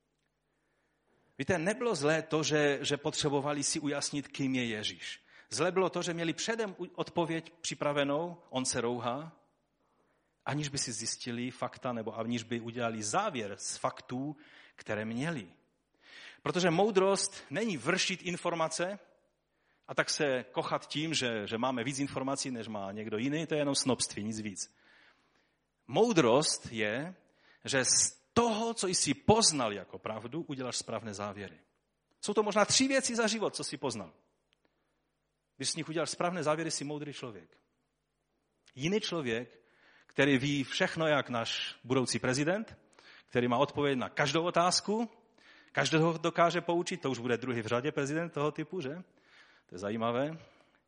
Víte, nebylo zlé to, že, že potřebovali si ujasnit, kým je Ježíš. Zlé bylo to, že měli předem odpověď připravenou, on se rouhá, aniž by si zjistili fakta nebo aniž by udělali závěr z faktů, které měli. Protože moudrost není vršit informace a tak se kochat tím, že, že máme víc informací, než má někdo jiný, to je jenom snobství, nic víc. Moudrost je, že z toho, co jsi poznal jako pravdu, uděláš správné závěry. Jsou to možná tři věci za život, co jsi poznal. Když z nich uděláš správné závěry, jsi moudrý člověk. Jiný člověk, který ví všechno, jak náš budoucí prezident, který má odpověď na každou otázku, každého dokáže poučit, to už bude druhý v řadě prezident toho typu, že? To je zajímavé.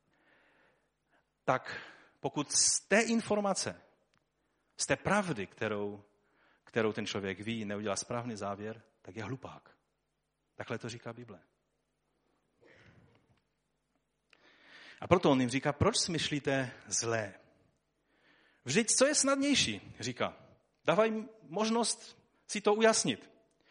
Tak pokud z té informace, z té pravdy, kterou, kterou ten člověk ví, neudělá správný závěr, tak je hlupák. Takhle to říká Bible. A proto on jim říká, proč smyšlíte zlé? Vždyť co je snadnější, říká. Dávaj možnost si to ujasnit.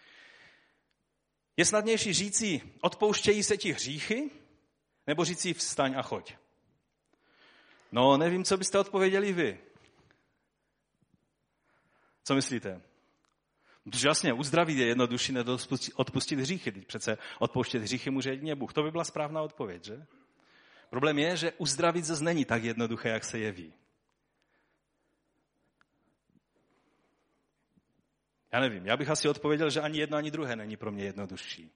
Je snadnější říci, odpouštějí se ti hříchy, nebo říci vstaň a choď? No, nevím, co byste odpověděli vy. Co myslíte? Protože jasně, uzdravit je jednodušší, než odpustit hříchy. Teď přece odpouštět hříchy může jedině Bůh. To by byla správná odpověď, že? Problém je, že uzdravit zase není tak jednoduché, jak se jeví. Já nevím, já bych asi odpověděl, že ani jedno, ani druhé není pro mě jednodušší.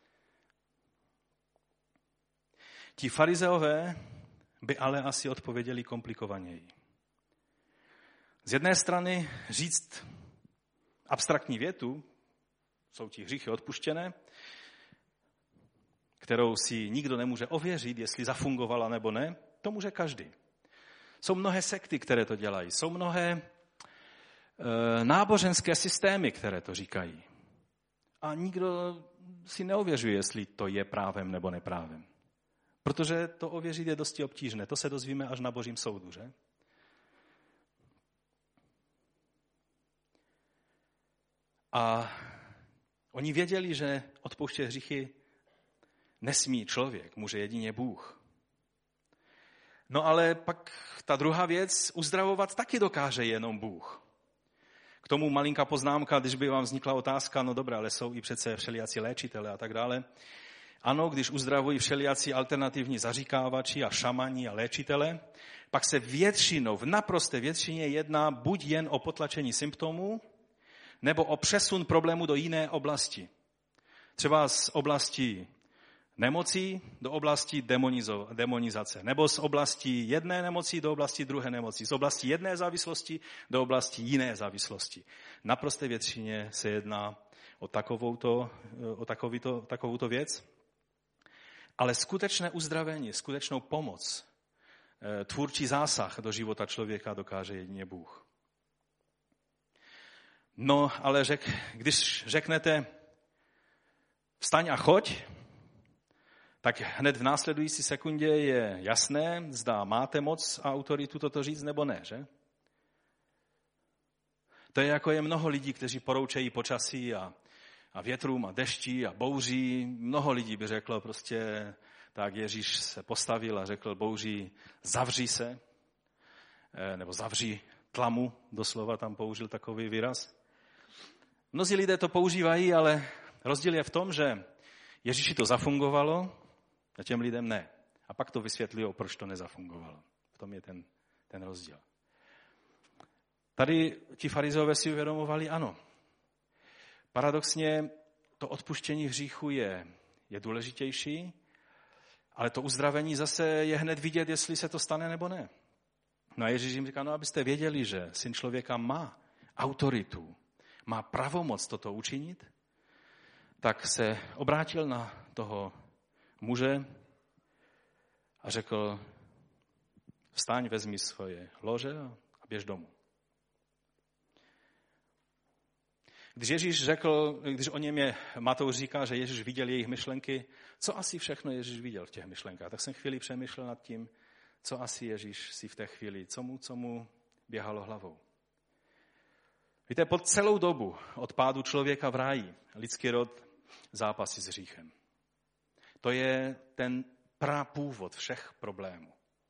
Ti farizeové by ale asi odpověděli komplikovaněji. Z jedné strany říct abstraktní větu, jsou ti hříchy odpuštěné, kterou si nikdo nemůže ověřit, jestli zafungovala nebo ne, to může každý. Jsou mnohé sekty, které to dělají. Jsou mnohé e, náboženské systémy, které to říkají. A nikdo si neověřuje, jestli to je právem nebo neprávem. Protože to ověřit je dosti obtížné. To se dozvíme až na Božím soudu, že? A oni věděli, že odpouštět hříchy nesmí člověk, může jedině Bůh. No ale pak ta druhá věc, uzdravovat taky dokáže jenom Bůh. K tomu malinká poznámka, když by vám vznikla otázka, no dobré, ale jsou i přece všelijací léčitele a tak dále. Ano, když uzdravují všelijací alternativní zaříkávači a šamani a léčitele, pak se většinou, v naprosté většině jedná buď jen o potlačení symptomů, nebo o přesun problému do jiné oblasti. Třeba z oblasti nemocí do oblasti demonizo, demonizace, nebo z oblasti jedné nemoci do oblasti druhé nemoci, z oblasti jedné závislosti do oblasti jiné závislosti. Na prosté většině se jedná o takovouto, o takovýto, takovouto věc, ale skutečné uzdravení, skutečnou pomoc, tvůrčí zásah do života člověka dokáže jedině Bůh. No, ale řek, když řeknete vstaň a choď, tak hned v následující sekundě je jasné, zda máte moc a autoritu toto říct nebo ne, že? To je jako je mnoho lidí, kteří poroučejí počasí a, a větrům a dešti a bouří. Mnoho lidí by řeklo prostě, tak Ježíš se postavil a řekl bouří, zavří se, nebo zavří tlamu, doslova tam použil takový výraz. Mnozí lidé to používají, ale rozdíl je v tom, že Ježíši to zafungovalo, a těm lidem ne. A pak to vysvětlí, proč to nezafungovalo. V tom je ten, ten rozdíl. Tady ti farizeové si uvědomovali, ano. Paradoxně to odpuštění hříchu je, je důležitější, ale to uzdravení zase je hned vidět, jestli se to stane nebo ne. No a Ježíš jim říká, no abyste věděli, že Syn člověka má autoritu, má pravomoc toto učinit, tak se obrátil na toho muže a řekl, vstaň, vezmi svoje lože a běž domů. Když Ježíš řekl, když o něm je, Matouš říká, že Ježíš viděl jejich myšlenky, co asi všechno Ježíš viděl v těch myšlenkách, tak jsem chvíli přemýšlel nad tím, co asi Ježíš si v té chvíli, co mu, co mu běhalo hlavou. Víte, po celou dobu od pádu člověka v ráji lidský rod zápasí s hříchem. To je ten prapůvod všech problémů.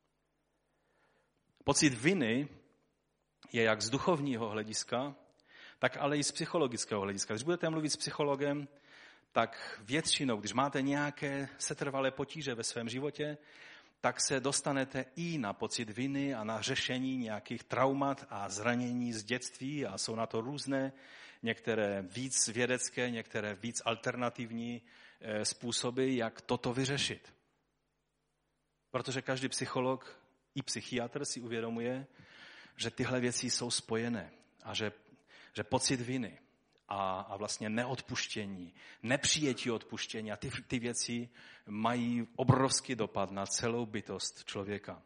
Pocit viny je jak z duchovního hlediska, tak ale i z psychologického hlediska. Když budete mluvit s psychologem, tak většinou, když máte nějaké setrvalé potíže ve svém životě, tak se dostanete i na pocit viny a na řešení nějakých traumat a zranění z dětství a jsou na to různé, některé víc vědecké, některé víc alternativní způsoby, jak toto vyřešit. Protože každý psycholog i psychiatr si uvědomuje, že tyhle věci jsou spojené a že, že pocit viny a, a vlastně neodpuštění, nepřijetí odpuštění a ty, ty věci mají obrovský dopad na celou bytost člověka.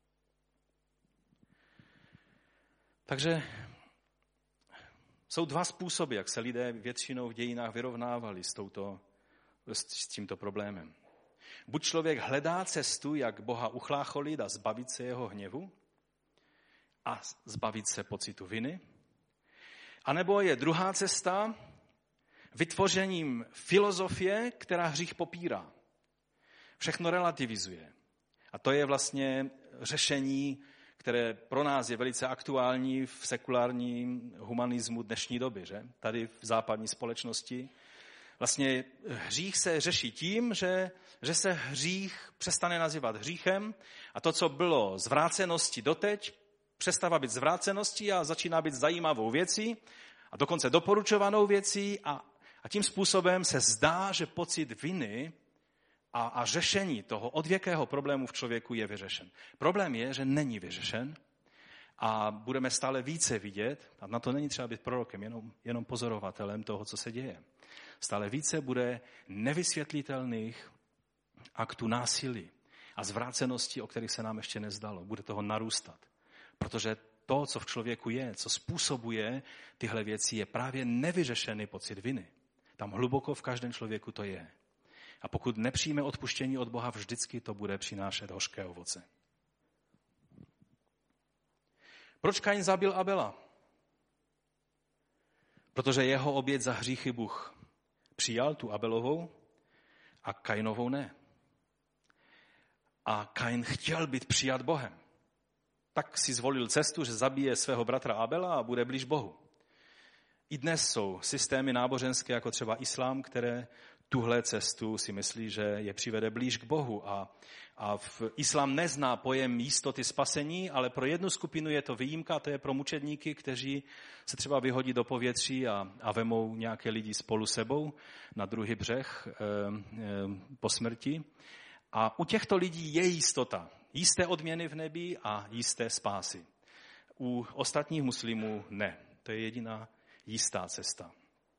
Takže jsou dva způsoby, jak se lidé většinou v dějinách vyrovnávali s, touto, s tímto problémem. Buď člověk hledá cestu, jak Boha uchlácholit a zbavit se jeho hněvu a zbavit se pocitu viny, anebo je druhá cesta vytvořením filozofie, která hřích popírá. Všechno relativizuje. A to je vlastně řešení, které pro nás je velice aktuální v sekulárním humanismu dnešní doby, že? Tady v západní společnosti. Vlastně hřích se řeší tím, že, že se hřích přestane nazývat hříchem a to, co bylo zvrácenosti doteď, přestává být zvráceností a začíná být zajímavou věcí a dokonce doporučovanou věcí a, a tím způsobem se zdá, že pocit viny a, a řešení toho odvěkého problému v člověku je vyřešen. Problém je, že není vyřešen a budeme stále více vidět, a na to není třeba být prorokem, jenom, jenom pozorovatelem toho, co se děje. Stále více bude nevysvětlitelných aktů násilí a zvráceností, o kterých se nám ještě nezdalo. Bude toho narůstat. Protože to, co v člověku je, co způsobuje tyhle věci, je právě nevyřešený pocit viny. Tam hluboko v každém člověku to je. A pokud nepřijme odpuštění od Boha, vždycky to bude přinášet hořké ovoce. Proč Kain zabil Abela? Protože jeho oběť za hříchy Bůh přijal, tu Abelovou, a Kainovou ne. A Kain chtěl být přijat Bohem. Tak si zvolil cestu, že zabije svého bratra Abela a bude blíž Bohu. I dnes jsou systémy náboženské, jako třeba islám, které tuhle cestu si myslí, že je přivede blíž k Bohu. A, a v islám nezná pojem jistoty spasení, ale pro jednu skupinu je to výjimka, to je pro mučedníky, kteří se třeba vyhodí do povětří a, a vemou nějaké lidi spolu sebou na druhý břeh e, e, po smrti. A u těchto lidí je jistota. Jisté odměny v nebi a jisté spásy. U ostatních muslimů ne. To je jediná jistá cesta.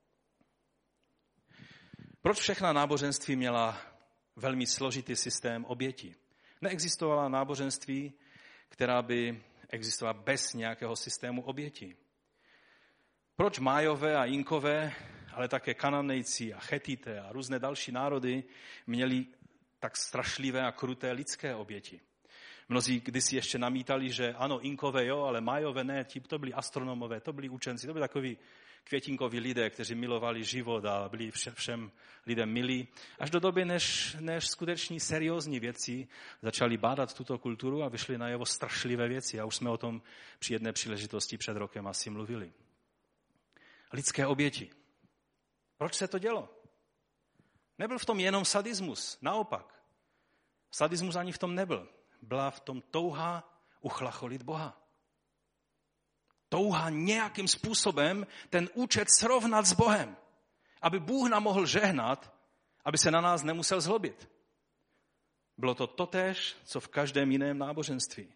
Proč všechna náboženství měla velmi složitý systém oběti? Neexistovala náboženství, která by existovala bez nějakého systému oběti. Proč Májové a Inkové, ale také Kananejci a Chetité a různé další národy měli tak strašlivé a kruté lidské oběti? Mnozí kdysi ještě namítali, že ano, Inkové jo, ale Májové ne, ti to byli astronomové, to byli učenci, to byli takoví květinkoví lidé, kteří milovali život a byli všem lidem milí. Až do doby, než, než skuteční seriózní věci začali bádat tuto kulturu a vyšly najevo strašlivé věci. A už jsme o tom při jedné příležitosti před rokem asi mluvili. Lidské oběti. Proč se to dělo? Nebyl v tom jenom sadismus, naopak. Sadismus ani v tom nebyl. Byla v tom touha uchlacholit Boha. Touha nějakým způsobem ten účet srovnat s Bohem. Aby Bůh nám mohl žehnat, aby se na nás nemusel zlobit. Bylo to totéž, co v každém jiném náboženství.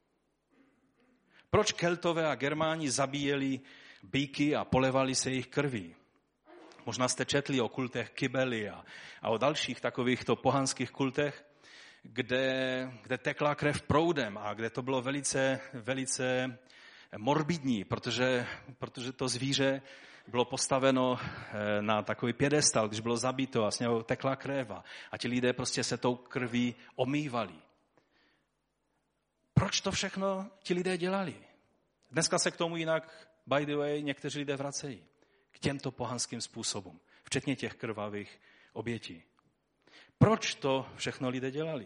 Proč Keltové a Germáni zabíjeli býky a polevali se jejich krví? Možná jste četli o kultech Kybely a, a o dalších takovýchto pohanských kultech, kde, kde tekla krev proudem a kde to bylo velice, velice morbidní, protože, protože to zvíře bylo postaveno na takový pědestal, když bylo zabito a z něho tekla krev a ti lidé prostě se tou krví omývali. Proč to všechno ti lidé dělali? Dneska se k tomu jinak, by the way, někteří lidé vracejí. K těmto pohanským způsobům, včetně těch krvavých obětí. Proč to všechno lidé dělali?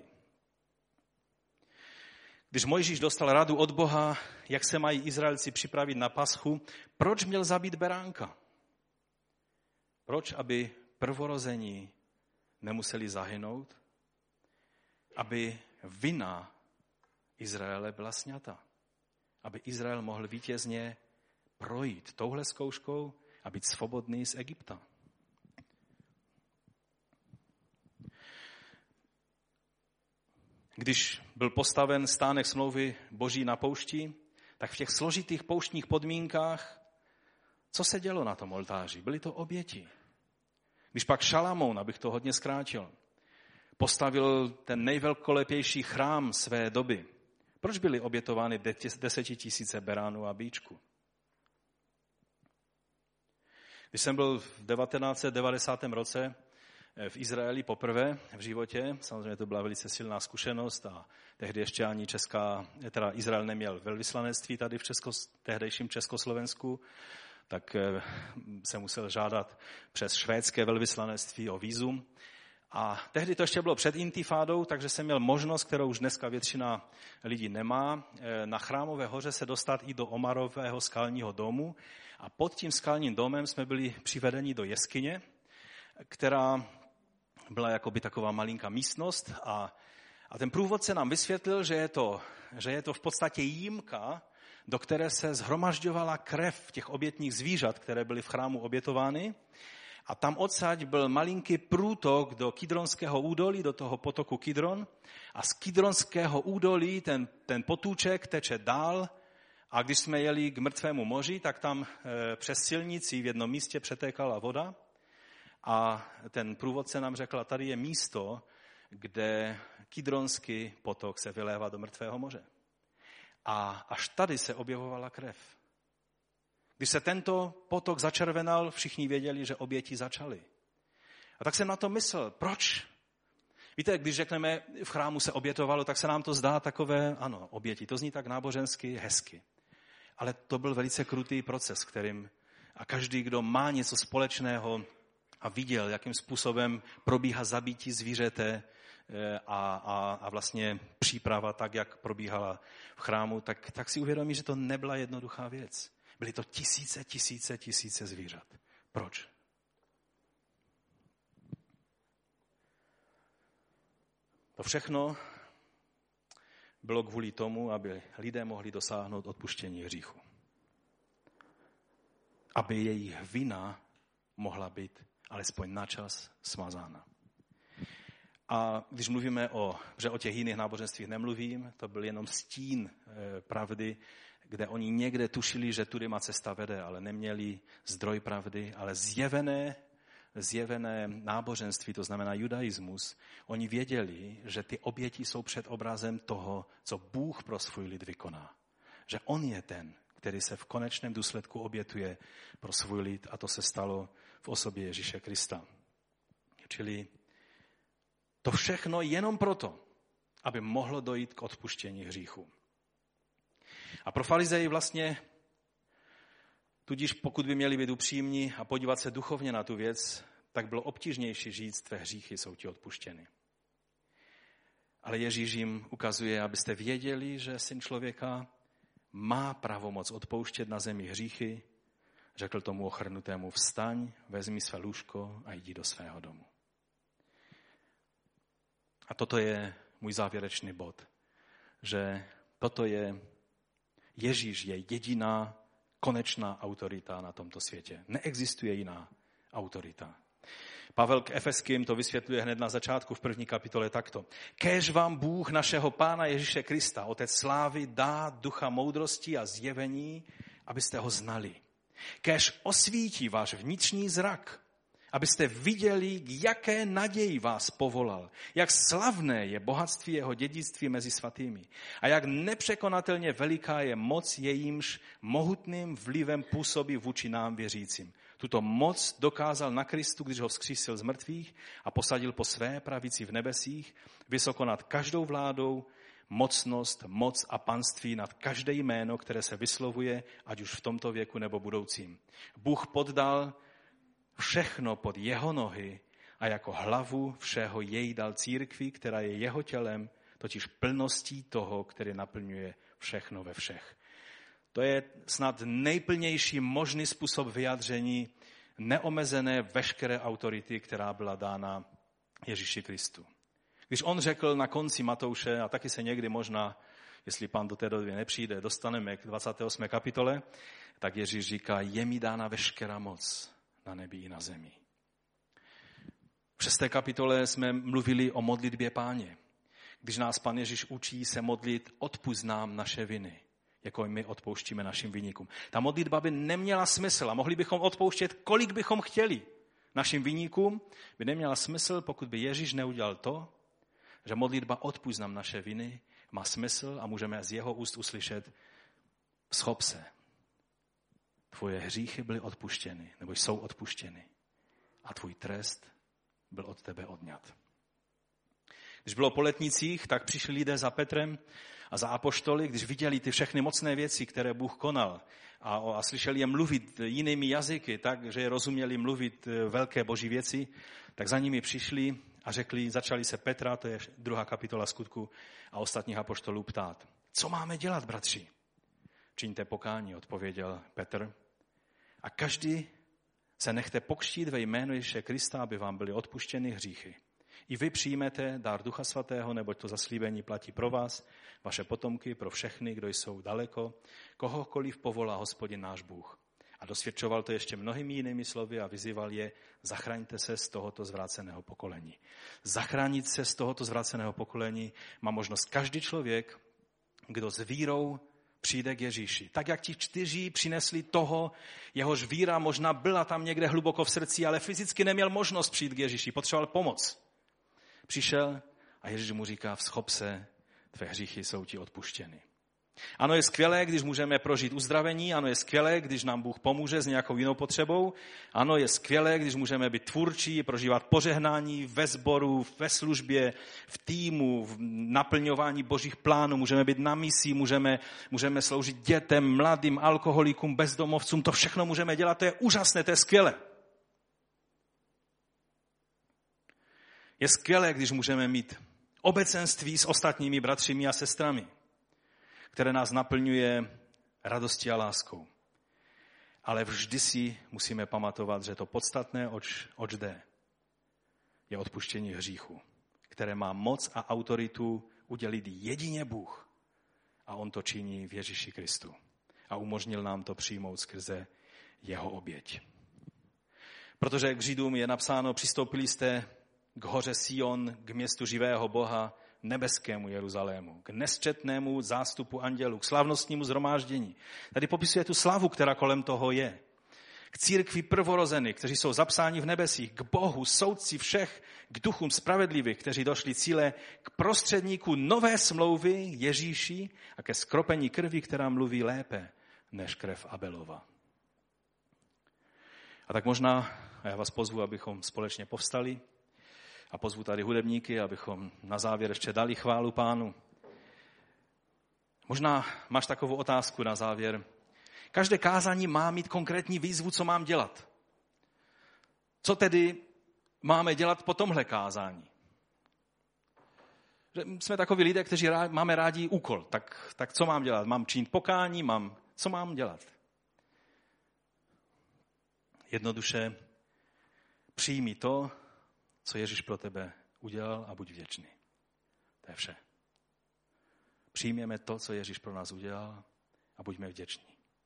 Když Mojžíš dostal radu od Boha, jak se mají Izraelci připravit na Paschu, proč měl zabít beránka? Proč, aby prvorození nemuseli zahynout? Aby vina Izraele byla sňata. Aby Izrael mohl vítězně projít touhle zkouškou a být svobodný z Egypta. Když byl postaven stánek smlouvy Boží na poušti, tak v těch složitých pouštních podmínkách, co se dělo na tom oltáři? Byly to oběti. Když pak Šalamoun, abych to hodně zkrátil, postavil ten nejvelkolepější chrám své doby, proč byly obětovány desetitisíce beránů a býčků? Když jsem byl v devatenáct set devadesátém roce v Izraeli poprvé v životě, samozřejmě to byla velice silná zkušenost a tehdy ještě ani Česká, teda Izrael neměl velvyslanectví tady v Česko, tehdejším Československu, tak se musel žádat přes švédské velvyslanectví o vízum. A tehdy to ještě bylo před intifádou, takže jsem měl možnost, kterou už dneska většina lidí nemá, na Chrámové hoře se dostat i do Omarového skalního domu. A pod tím skalním domem jsme byli přivedeni do jeskyně, která byla jakoby taková malinká místnost. A, a ten průvodce nám vysvětlil, že je, to, že je to v podstatě jímka, do které se zhromažďovala krev těch obětních zvířat, které byly v chrámu obětovány. A tam odsaď byl malinký průtok do Kidronského údolí, do toho potoku Kidron. A z Kidronského údolí ten, ten potůček teče dál. A když jsme jeli k Mrtvému moři, tak tam e, přes silnici v jednom místě přetékala voda. A ten průvodce nám řekl, tady je místo, kde Kidronský potok se vylévá do Mrtvého moře. A až tady se objevovala krev. Když se tento potok začervenal, všichni věděli, že oběti začaly. A tak jsem na to myslel, proč? Víte, když řekneme, v chrámu se obětovalo, tak se nám to zdá takové, ano, oběti. To zní tak nábožensky, hezky. Ale to byl velice krutý proces, kterým a každý, kdo má něco společného a viděl, jakým způsobem probíhá zabítí zvířete a, a, a vlastně příprava tak, jak probíhala v chrámu, tak, tak si uvědomí, že to nebyla jednoduchá věc. Byly to tisíce, tisíce, tisíce zvířat. Proč? To všechno bylo kvůli tomu, aby lidé mohli dosáhnout odpuštění hříchu. Aby jejich vina mohla být alespoň načas smazána. A když mluvíme o, že o těch jiných náboženstvích nemluvím, to byl jenom stín e, pravdy, kde oni někde tušili, že tudy má cesta vede, ale neměli zdroj pravdy, ale zjevené, zjevené náboženství, to znamená judaismus, oni věděli, že ty oběti jsou před obrazem toho, co Bůh pro svůj lid vykoná. Že on je ten, který se v konečném důsledku obětuje pro svůj lid, a to se stalo v osobě Ježíše Krista. Čili to všechno jenom proto, aby mohlo dojít k odpuštění hříchu. A pro farizeji vlastně, tudíž pokud by měli být upřímní a podívat se duchovně na tu věc, tak bylo obtížnější říct, tvé hříchy jsou ti odpuštěny. Ale Ježíš jim ukazuje, abyste věděli, že Syn člověka má pravomoc odpouštět na zemi hříchy. Řekl tomu ochrnutému: vstaň, vezmi své lůžko a jdi do svého domu. A toto je můj závěrečný bod, že toto je Ježíš je jediná konečná autorita na tomto světě. Neexistuje jiná autorita. Pavel k Efeským to vysvětluje hned na začátku v první kapitole takto. Kéž vám Bůh našeho Pána Ježíše Krista, Otec slávy, dá ducha moudrosti a zjevení, abyste ho znali. Kéž osvítí váš vnitřní zrak, abyste viděli, k jaké naději vás povolal, jak slavné je bohatství jeho dědictví mezi svatými a jak nepřekonatelně veliká je moc, jejímž mohutným vlivem působí vůči nám věřícím. Tuto moc dokázal na Kristu, když ho vzkřísil z mrtvých a posadil po své pravici v nebesích, vysoko nad každou vládou, mocnost, moc a panství nad každé jméno, které se vyslovuje, ať už v tomto věku nebo budoucím. Bůh poddal všechno pod jeho nohy a jako hlavu všeho jej dal církvi, která je jeho tělem, totiž plností toho, který naplňuje všechno ve všech. To je snad nejplnější možný způsob vyjádření neomezené veškeré autority, která byla dána Ježíši Kristu. Když on řekl na konci Matouše, a taky se někdy možná, jestli Pán do té doby nepřijde, dostaneme k dvacáté osmé kapitole, tak Ježíš říká: je mi dána veškerá moc na nebi i na zemi. V šesté kapitole jsme mluvili o modlitbě Páně. Když nás Pán Ježíš učí se modlit: odpusť nám naše viny, jako my odpouštíme našim viníkům. Ta modlitba by neměla smysl a mohli bychom odpouštět, kolik bychom chtěli našim viníkům, by neměla smysl, pokud by Ježíš neudělal to, že modlitba odpusť nám naše viny má smysl a můžeme z jeho úst uslyšet: schop se. Tvoje hříchy byly odpuštěny, nebo jsou odpuštěny. A tvůj trest byl od tebe odňat. Když bylo po letnicích, tak přišli lidé za Petrem a za apoštoly, když viděli ty všechny mocné věci, které Bůh konal a, a slyšeli je mluvit jinými jazyky, tak, že je rozuměli mluvit velké boží věci, tak za nimi přišli a řekli, začali se Petra, to je druhá kapitola Skutku, a ostatních apoštolů ptát: co máme dělat, bratři? Čiňte pokání, odpověděl Petr. A každý se nechte pokřtít ve jménu Ježíše Krista, aby vám byly odpuštěny hříchy. I vy přijmete dár Ducha Svatého, neboť to zaslíbení platí pro vás, vaše potomky, pro všechny, kdo jsou daleko, kohokoliv povolá Hospodin náš Bůh. A dosvědčoval to ještě mnohými jinými slovy a vyzýval je: zachraňte se z tohoto zvráceného pokolení. Zachránit se z tohoto zvráceného pokolení má možnost každý člověk, kdo s vírou přijde k Ježíši. Tak jak ti čtyři přinesli toho, jehož víra možná byla tam někde hluboko v srdci, ale fyzicky neměl možnost přijít k Ježíši, potřeboval pomoc. Přišel a Ježíš mu říká: vzchop se, tvé hříchy jsou ti odpuštěny. Ano, je skvělé, když můžeme prožít uzdravení, ano, je skvělé, když nám Bůh pomůže s nějakou jinou potřebou, ano, je skvělé, když můžeme být tvůrčí, prožívat požehnání ve sboru, ve službě, v týmu, v naplňování božích plánů, můžeme být na misi, můžeme, můžeme sloužit dětem, mladým, alkoholikům, bezdomovcům, to všechno můžeme dělat, to je úžasné, to je skvělé. Je skvělé, když můžeme mít obecenství s ostatními bratřími a sestrami, které nás naplňuje radostí a láskou. Ale vždy si musíme pamatovat, že to podstatné, oč, oč jde, je odpuštění hříchu, které má moc a autoritu udělit jedině Bůh. A on to činí v Ježíši Kristu. A umožnil nám to přijmout skrze jeho oběť. Protože k Židům je napsáno, přistoupili jste k hoře Sion, k městu živého Boha, nebeskému Jeruzalému, k nesčetnému zástupu andělů, k slavnostnímu shromáždění. Tady popisuje tu slavu, která kolem toho je. K církvi prvorozených, kteří jsou zapsáni v nebesích, k Bohu, soudci všech, k duchům spravedlivých, kteří došli cíle, k prostředníku nové smlouvy Ježíši a ke skropení krvi, která mluví lépe než krev Abelova. A tak možná, a já vás pozvu, abychom společně povstali a pozvu tady hudebníky, abychom na závěr ještě dali chválu Pánu. Možná máš takovou otázku na závěr. Každé kázání má mít konkrétní výzvu, co mám dělat. Co tedy máme dělat po tomhle kázání? Že jsme takoví lidé, kteří rád, máme rádi úkol. Tak, tak co mám dělat? Mám činit pokání? Mám, co mám dělat? Jednoduše přijmi to, co Ježíš pro tebe udělal a buď vděčný. To je vše. Přijměme to, co Ježíš pro nás udělal a buďme vděční.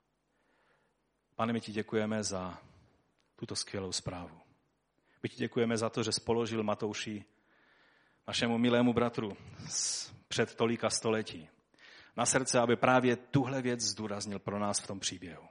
Pane, my ti děkujeme za tuto skvělou zprávu. My ti děkujeme za to, že spoložil Matouši, našemu milému bratru před tolika století, na srdce, aby právě tuhle věc zdůraznil pro nás v tom příběhu.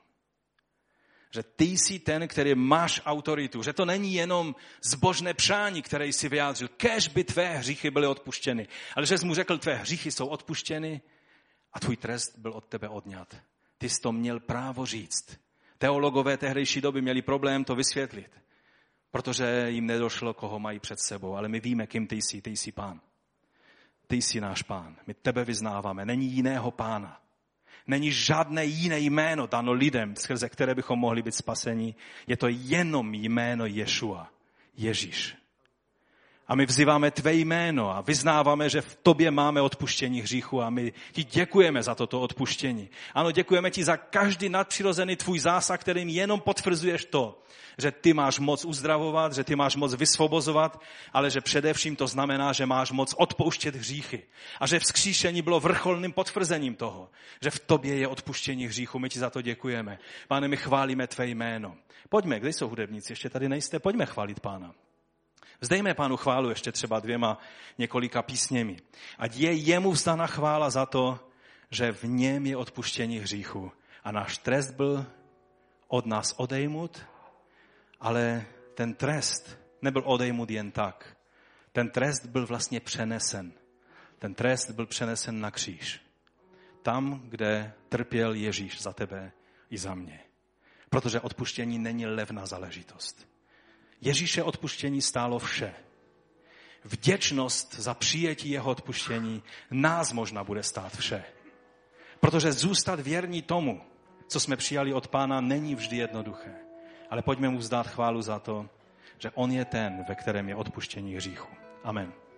Že ty jsi ten, který máš autoritu, že to není jenom zbožné přání, které jsi vyjádřil, kéž by tvé hříchy byly odpuštěny, ale že jsi mu řekl, tvé hříchy jsou odpuštěny a tvůj trest byl od tebe odňat. Ty jsi to měl právo říct. Teologové tehdejší doby měli problém to vysvětlit, protože jim nedošlo, koho mají před sebou, ale my víme, kým ty jsi, ty jsi Pán. Ty jsi náš Pán, my tebe vyznáváme, není jiného Pána. Není žádné jiné jméno dano lidem, skrze které bychom mohli být spaseni. Je to jenom jméno Ješua, Ježíš. A my vzýváme tvé jméno a vyznáváme, že v tobě máme odpuštění hříchu a my ti děkujeme za toto odpuštění. Ano, děkujeme ti za každý nadpřirozený tvůj zásah, kterým jenom potvrzuješ to, že ty máš moc uzdravovat, že ty máš moc vysvobozovat, ale že především to znamená, že máš moc odpouštět hříchy. A že vzkříšení bylo vrcholným potvrzením toho, že v tobě je odpuštění hříchu. My ti za to děkujeme. Pane, my chválíme tvé jméno. Pojďme, kde jsou hudebníci? Ještě tady nejste, pojďme chválit Pána. Vzdejme Pánu chválu ještě třeba dvěma několika písněmi. Ať je jemu vzdána chvála za to, že v něm je odpuštění hříchu. A náš trest byl od nás odejmut, ale ten trest nebyl odejmut jen tak. Ten trest byl vlastně přenesen. Ten trest byl přenesen na kříž. Tam, kde trpěl Ježíš za tebe i za mě. Protože odpuštění není levná záležitost. Ježíše odpuštění stálo vše. Vděčnost za přijetí jeho odpuštění nás možná bude stát vše. Protože zůstat věrní tomu, co jsme přijali od Pána, není vždy jednoduché. Ale pojďme mu vzdát chválu za to, že on je ten, ve kterém je odpuštění hříchu. Amen.